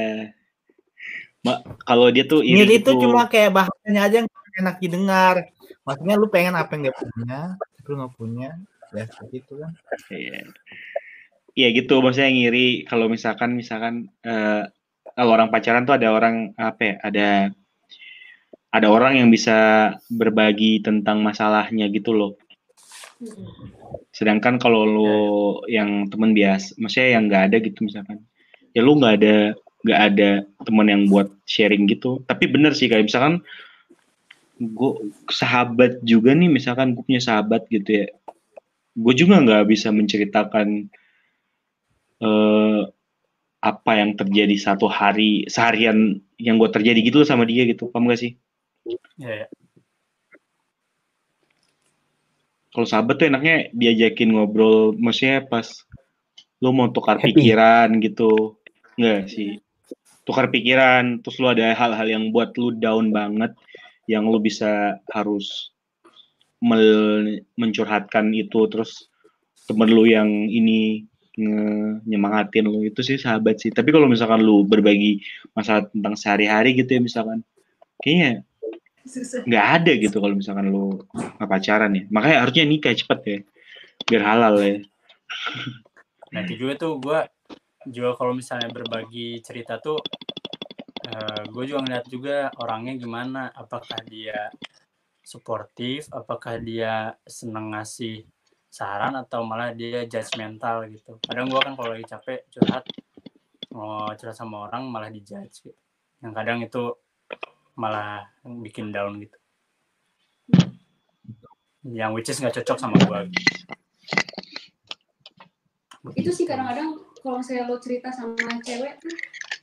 Kalau dia tuh iri Ngiri gitu. itu cuma kayak bahasanya aja yang enak didengar. Maksudnya lu pengen apa yang dia punya, lu nggak punya, ya gitu kan. Iya gitu, maksudnya ngiri kalau misalkan kalau orang pacaran tuh ada orang apa ya? Ada orang yang bisa berbagi tentang masalahnya gitu loh. Sedangkan kalau lu yang teman biasa, maksudnya yang nggak ada gitu misalkan, ya lu nggak ada teman yang buat sharing gitu. Tapi bener sih kayak misalkan gue sahabat juga nih, misalkan gue punya sahabat gitu ya, gue juga nggak bisa menceritakan apa yang terjadi seharian yang gue terjadi gitu sama dia gitu, paham gak sih? Iya. Kalau sahabat tuh enaknya diajakin ngobrol, maksudnya pas lu mau tukar pikiran gitu, enggak sih? Tukar pikiran, terus lu ada hal-hal yang buat lu down banget, yang lu bisa harus mencurhatkan itu, terus temen lu yang ini nyemangatin lu, itu sih sahabat sih. Tapi kalau misalkan lu berbagi masalah tentang sehari-hari gitu ya misalkan, kayaknya nggak ada gitu kalau misalkan lu nggak pacaran ya. Makanya harusnya nikah cepet ya, biar halal ya. Nah itu juga tuh gue juga kalau misalnya berbagi cerita tuh gue juga ngeliat juga orangnya gimana, apakah dia suportif, apakah dia seneng ngasih saran atau malah dia judgmental gitu. Kadang gue kan kalau lagi capek curhat sama orang malah dijudge gitu. Yang kadang itu malah bikin down gitu. Yang which is nggak cocok sama gue. Itu sih kadang-kadang kalau saya lo cerita sama cewek tuh,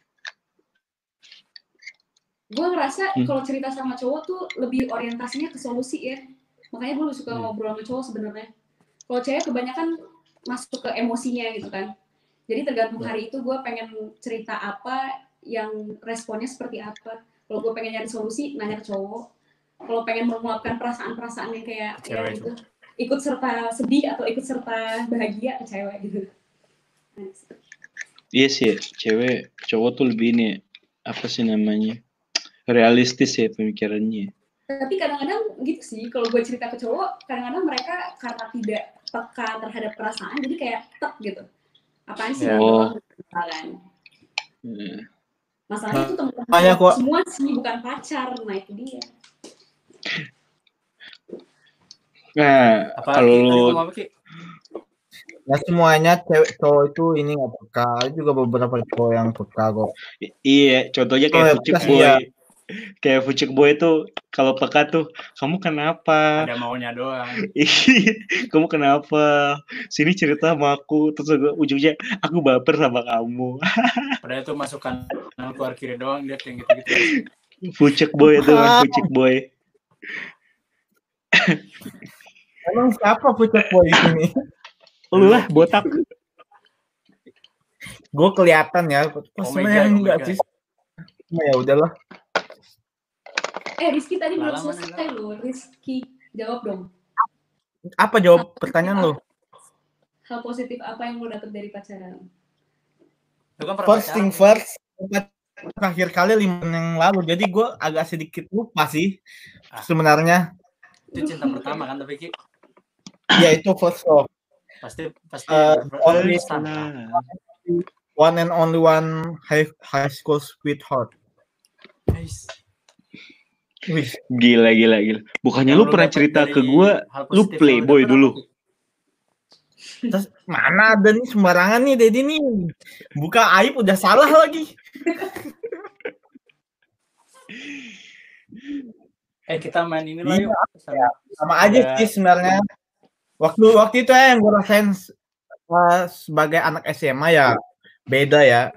gue ngerasa kalau cerita sama cowok tuh lebih orientasinya ke solusi ya. Makanya gue suka ngobrol sama cowok sebenarnya. Kalau cewek kebanyakan masuk ke emosinya gitu kan. Jadi tergantung hari itu gue pengen cerita apa, yang responnya seperti apa. Kalau gue pengen nyari solusi, nanya ke cowok. Kalau pengen menguapkan perasaan-perasaan yang kayak cewek ya gitu, ikut serta sedih atau ikut serta bahagia ke cewek gitu. Iya sih, cewek, cowok tuh lebih ini, apa sih namanya, realistis ya pemikirannya. Tapi kadang-kadang gitu sih, kalau gue cerita ke cowok, kadang-kadang mereka karena tidak peka terhadap perasaan, jadi kayak tek gitu. Apaan sih? Kan? Masalahnya itu teman-teman semua sih, bukan pacar. Nah itu dia. Nah, kalau ya semuanya cewek cowok itu ini nggak peka, juga beberapa cowok yang peka kok. Iya, contohnya kayak Fucek Boy. Ya. Kayak Fucek Boy tuh kalau peka tuh, kamu kenapa? Ada maunya doang. Kamu kenapa? Sini cerita sama aku, terus ujungnya aku baper sama kamu. Padahal itu masukan keluar kiri doang, dia kayak gitu-gitu. Fucek Boy itu kan, Fucek Boy. Emang siapa Fucek Boy di sini? Lu lah, botak. Gue kelihatan ya, sebenarnya enggak sih. Ya udahlah. Rizky tadi belum selesai loh. Rizky, jawab dong. Apa jawab pertanyaan lo? Hal positif apa yang lo dapet dari pacaran? First thing first, terakhir kali 5 tahun yang lalu, jadi gue agak sedikit lupa sih sebenarnya. Itu cinta pertama kan tapi Ki? Ya itu first love. Pasti only one and only one high school sweetheart. Nice. Gila. Bukannya lu pernah cerita ke gue, lu playboy dulu. Terus mana ada nih sembarangan nih Dedi nih. Buka aib udah salah lagi. Kita main ini lah yuk. Sama aja sih sebenarnya. Waktu itu yang gue rasain sebagai anak SMA ya beda ya.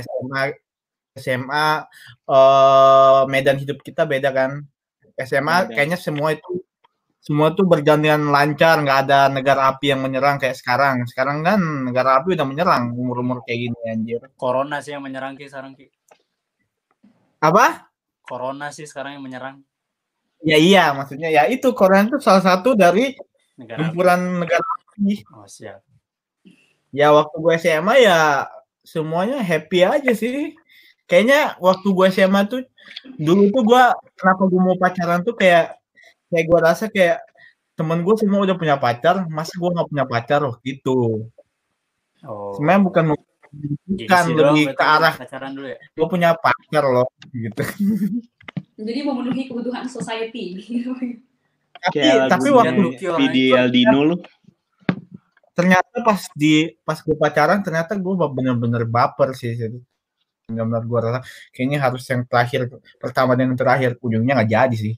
SMA medan hidup kita beda kan. SMA kayaknya semua tuh berjalan lancar, nggak ada negara api yang menyerang kayak sekarang. Sekarang kan negara api udah menyerang umur kayak gini anjir. Corona sih yang menyerang Ki sekarang Ki. Apa? Corona sih sekarang yang menyerang. Ya iya, maksudnya ya itu Corona itu salah satu dari gempuran negara api. Oh siap. Ya waktu gue SMA ya semuanya happy aja sih. Kayaknya waktu gue SMA tuh dulu tuh gue kenapa gue mau pacaran tuh kayak gue rasa kayak temen gue semua udah punya pacar, masa gue nggak punya pacar loh gitu. Sebenarnya bukan lebih ke arah pacaran dulu ya. Gue punya pacar loh gitu. Jadi memenuhi kebutuhan society. tapi waktu video Dino lu. Ternyata pas gue pacaran ternyata gue bener-bener baper sih. Bener-bener gue rasa kayaknya harus yang terakhir pertama dan yang terakhir, ujungnya nggak jadi sih.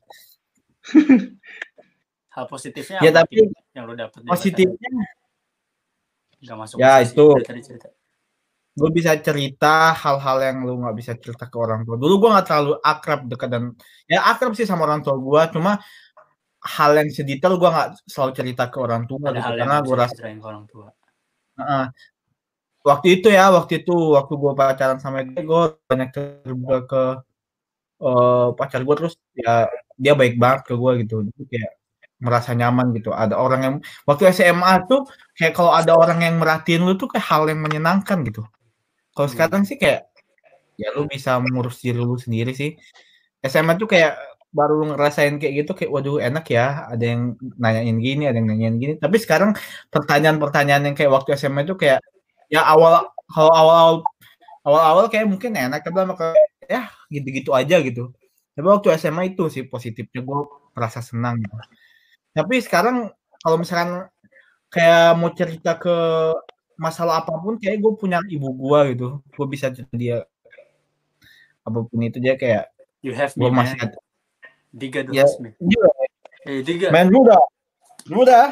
Hal positifnya ya apa tapi yang lo dapet positifnya nggak masuk ya itu cerita. Gue bisa cerita hal-hal yang lu nggak bisa cerita ke orang tua. Dulu gue nggak terlalu akrab dekat dan ya akrab sih sama orang tua gue, cuma hal yang sedetail gue nggak selalu cerita ke orang tua gitu, karena gue rasa ke orang tua. Waktu itu gue pacaran sama dia, gue banyak terbuka ke pacar gue, terus ya dia baik banget ke gue gitu, jadi kayak merasa nyaman gitu. Ada orang yang waktu SMA tuh kayak kalau ada orang yang merhatiin lu tuh kayak hal yang menyenangkan gitu. Kalau sekarang sih kayak ya lu bisa mengurus diri lu sendiri sih. SMA tuh kayak baru ngerasain kayak gitu, kayak waduh enak ya, ada yang nanyain gini, ada yang nanyain gini. Tapi sekarang pertanyaan-pertanyaan yang kayak waktu SMA itu kayak ya awal-awal kayak mungkin enak, tapi lama kayak ya gitu-gitu aja gitu. Tapi waktu SMA itu sih positifnya, gue merasa senang gitu. Tapi sekarang kalau misalkan kayak mau cerita ke masalah apapun, kayak gue punya ibu gue gitu, gue bisa cerita dia apapun itu, dia kayak gue masih ada Diga ya, Diga main muda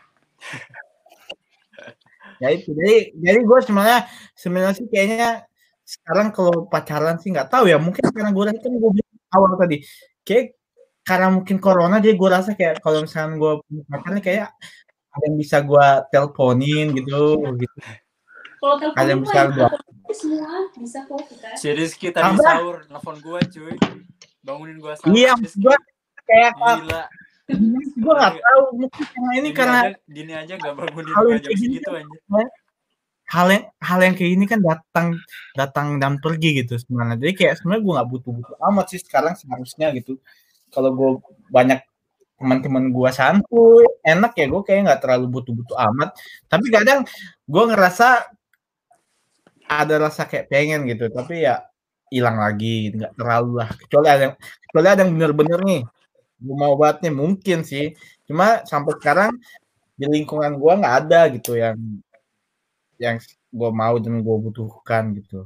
ya itu, jadi gue sebenarnya sih kayaknya sekarang kalau pacaran sih nggak tahu ya, mungkin karena gue kan gue bilang awal tadi kayak karena mungkin corona, jadi gue rasa kayak kalau misalkan gue punya pacarnya kayak ada yang bisa gue teleponin gitu. Kalau teleponin bisa semua bisa kok kita. Si Rizky tadi sahur nelfon gue cuy, bangunin gue sahur. Iya, gue kayak gila. Gue nggak tahu mungkin ini karena Dini aja nggak bangunin gue jam segitu aja. Hal yang kayak ini kan datang dan pergi gitu sebenarnya. Jadi kayak sebenarnya gue nggak butuh amat sih sekarang seharusnya gitu. Kalau gue banyak teman-teman gue santuy, enak ya, gue kayak nggak terlalu butuh amat. Tapi kadang gue ngerasa ada rasa kayak pengen gitu, tapi ya hilang lagi, nggak terlalu lah. Kecuali ada yang bener-bener nih, gue mau banget nih, mungkin sih. Cuma sampai sekarang di lingkungan gue nggak ada gitu yang gue mau dan gue butuhkan gitu.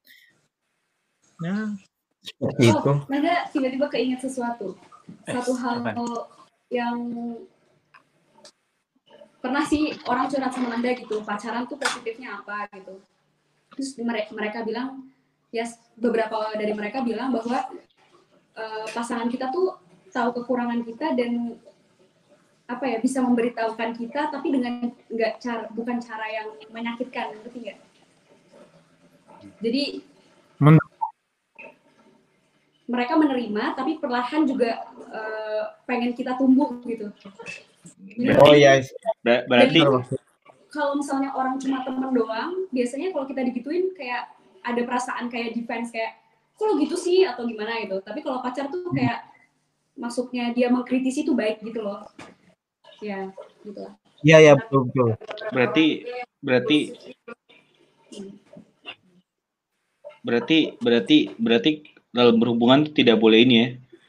Nah, seperti itu. Nada tiba-tiba keinget sesuatu. Satu hal yang pernah sih orang curhat sama Nanda gitu, pacaran tuh positifnya apa gitu. Terus mereka bilang, ya beberapa dari mereka bilang bahwa pasangan kita tuh tahu kekurangan kita dan apa ya, bisa memberitahukan kita, tapi dengan bukan cara yang menyakitkan, ngerti nggak? Jadi mereka menerima tapi perlahan juga pengen kita tumbuh gitu. Oh iya. Berarti Kalau misalnya orang cuma teman doang, biasanya kalau kita digituin kayak ada perasaan kayak defense kayak kok lo gitu sih atau gimana gitu. Tapi kalau pacar tuh kayak maksudnya dia mengkritisi itu baik gitu loh. Ya, gitu lah. Iya betul. Berarti dalam berhubungan tuh tidak boleh ini ya.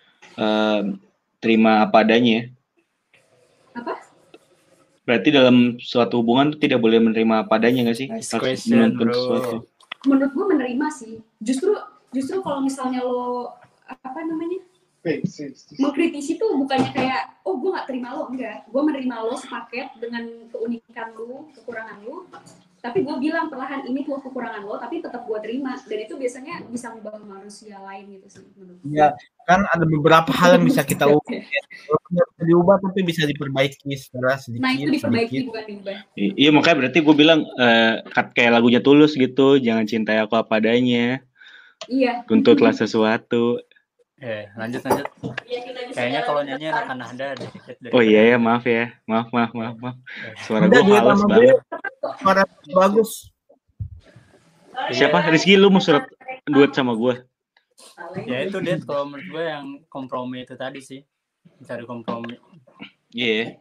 Terima apa adanya ya. Apa? Berarti dalam suatu hubungan tuh tidak boleh menerima apa adanya nggak sih? Nice Harus question, menuntut bro. sesuatu. Menurut gue menerima sih. Justru kalau misalnya lo apa namanya? Mengkritisi tuh bukannya kayak oh gue nggak terima lo, enggak. Gue menerima lo sepaket dengan keunikan lo, kekurangan lo. Tapi gue bilang perlahan ini tuh kekurangan lo, tapi tetap gue terima. Dan itu biasanya bisa mengubah manusia lain gitu sih menurut gue. Iya, kan ada beberapa hal yang bisa kita ubah. Bisa diubah tapi bisa diperbaiki secara sedikit. Nah itu diperbaiki bukan diubah. Iya makanya berarti gue bilang kayak lagunya Tulus gitu, jangan cintai aku apa adanya. Iya. Tuntutlah sesuatu. Lanjut. Kayaknya kalau nyanyi anak Nahda dikit. Oh iya ya, maaf ya. Maaf. Suara gue halus banget. Suara bagus. Siapa? Rizky, lu mau surat duet sama gue? Ya itu Det, kalau menurut gue yang kompromi itu tadi sih. Mencari kompromi. Iya.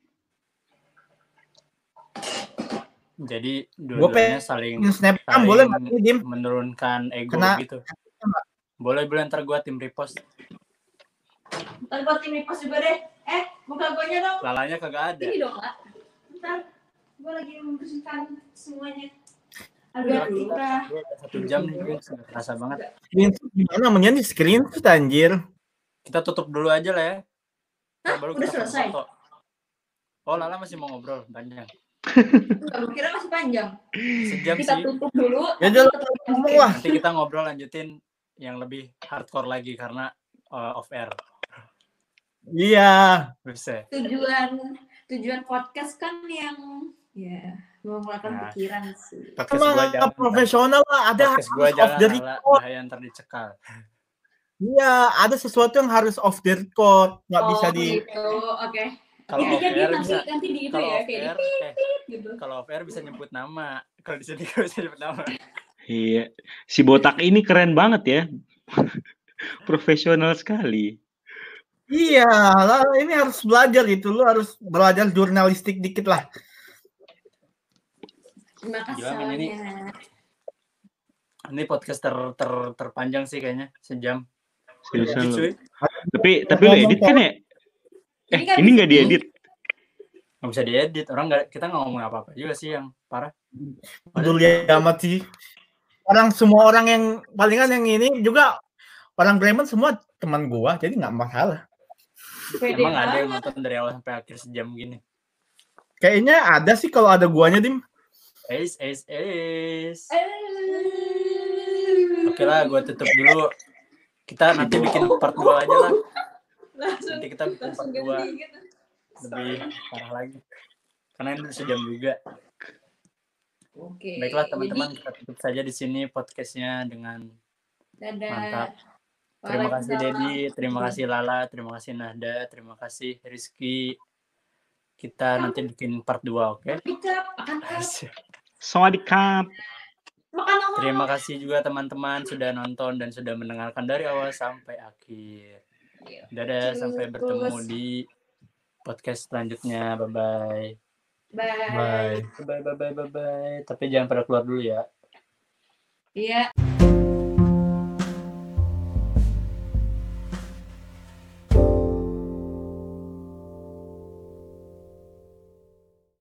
Jadi dua-duanya saling boleh nggak sih, Dim? menurunkan ego gitu. Boleh ntar gue tim repost. Ntar gue tim repost juga deh. Muka gue nya dong. Lalanya kagak ada. Ini dong lah. Ntar gue lagi membersihkan semuanya. Agak udah 1 jam nih gue terasa banget. Screenshot gimana namanya nih screenshot anjir. Kita tutup dulu aja lah ya. Baru udah selesai. Foto. Oh Lala masih mau ngobrol panjang. Gue kira masih panjang. Sejam kita sih. Tutup dulu. Ya udah. Nanti kita ngobrol lanjutin yang lebih hardcore lagi karena off air. Iya. Bisa. Tujuan podcast kan yang ya mengeluarkan pikiran sih. Sama profesional lah, ada podcast gua off the record. Bahaya ntar dicekal. Iya, ada sesuatu yang harus off the record, nggak bisa di. Gitu. Oke. Kalau off air bisa. Nanti di itu ya kayak gitu. Kalau off air bisa nyebut nama. Kalau di sini nggak bisa nyebut nama. Iya, si botak ini keren banget ya, profesional sekali. Iya, lah ini harus belajar gitu, lu harus belajar jurnalistik dikit lah. Terima kasih. Ini podcast terpanjang sih kayaknya, sejam. Seriusan lu. Tapi lu edit kan ya? Ini nggak diedit. Nggak bisa diedit, kita nggak ngomong apa-apa juga sih yang parah. Peduli amat sih. Semua orang yang palingan yang ini juga orang Bremen semua teman gua, jadi nggak masalah. Emang ada yang nonton dari awal sampai akhir sejam gini? Kayaknya ada sih kalau ada guanya, Dim. Oke lah, gua tutup dulu. Kita nanti bikin part 2 aja lah. Nanti kita bikin part 2 lebih parah lagi. Karena ini sejam juga. Oke. Baiklah teman-teman, kita tutup saja di sini podcastnya dengan mantap. Terima kasih Dedi, terima kasih Lala, terima kasih Nahda, terima kasih Rizky. Kita nanti bikin part 2, oke? Sawadikap. Terima kasih juga teman-teman sudah nonton dan sudah mendengarkan dari awal sampai akhir. Dadah, sampai bertemu di podcast selanjutnya. Bye-bye. Bye. Bye. Tapi jangan pada keluar dulu ya. Iya.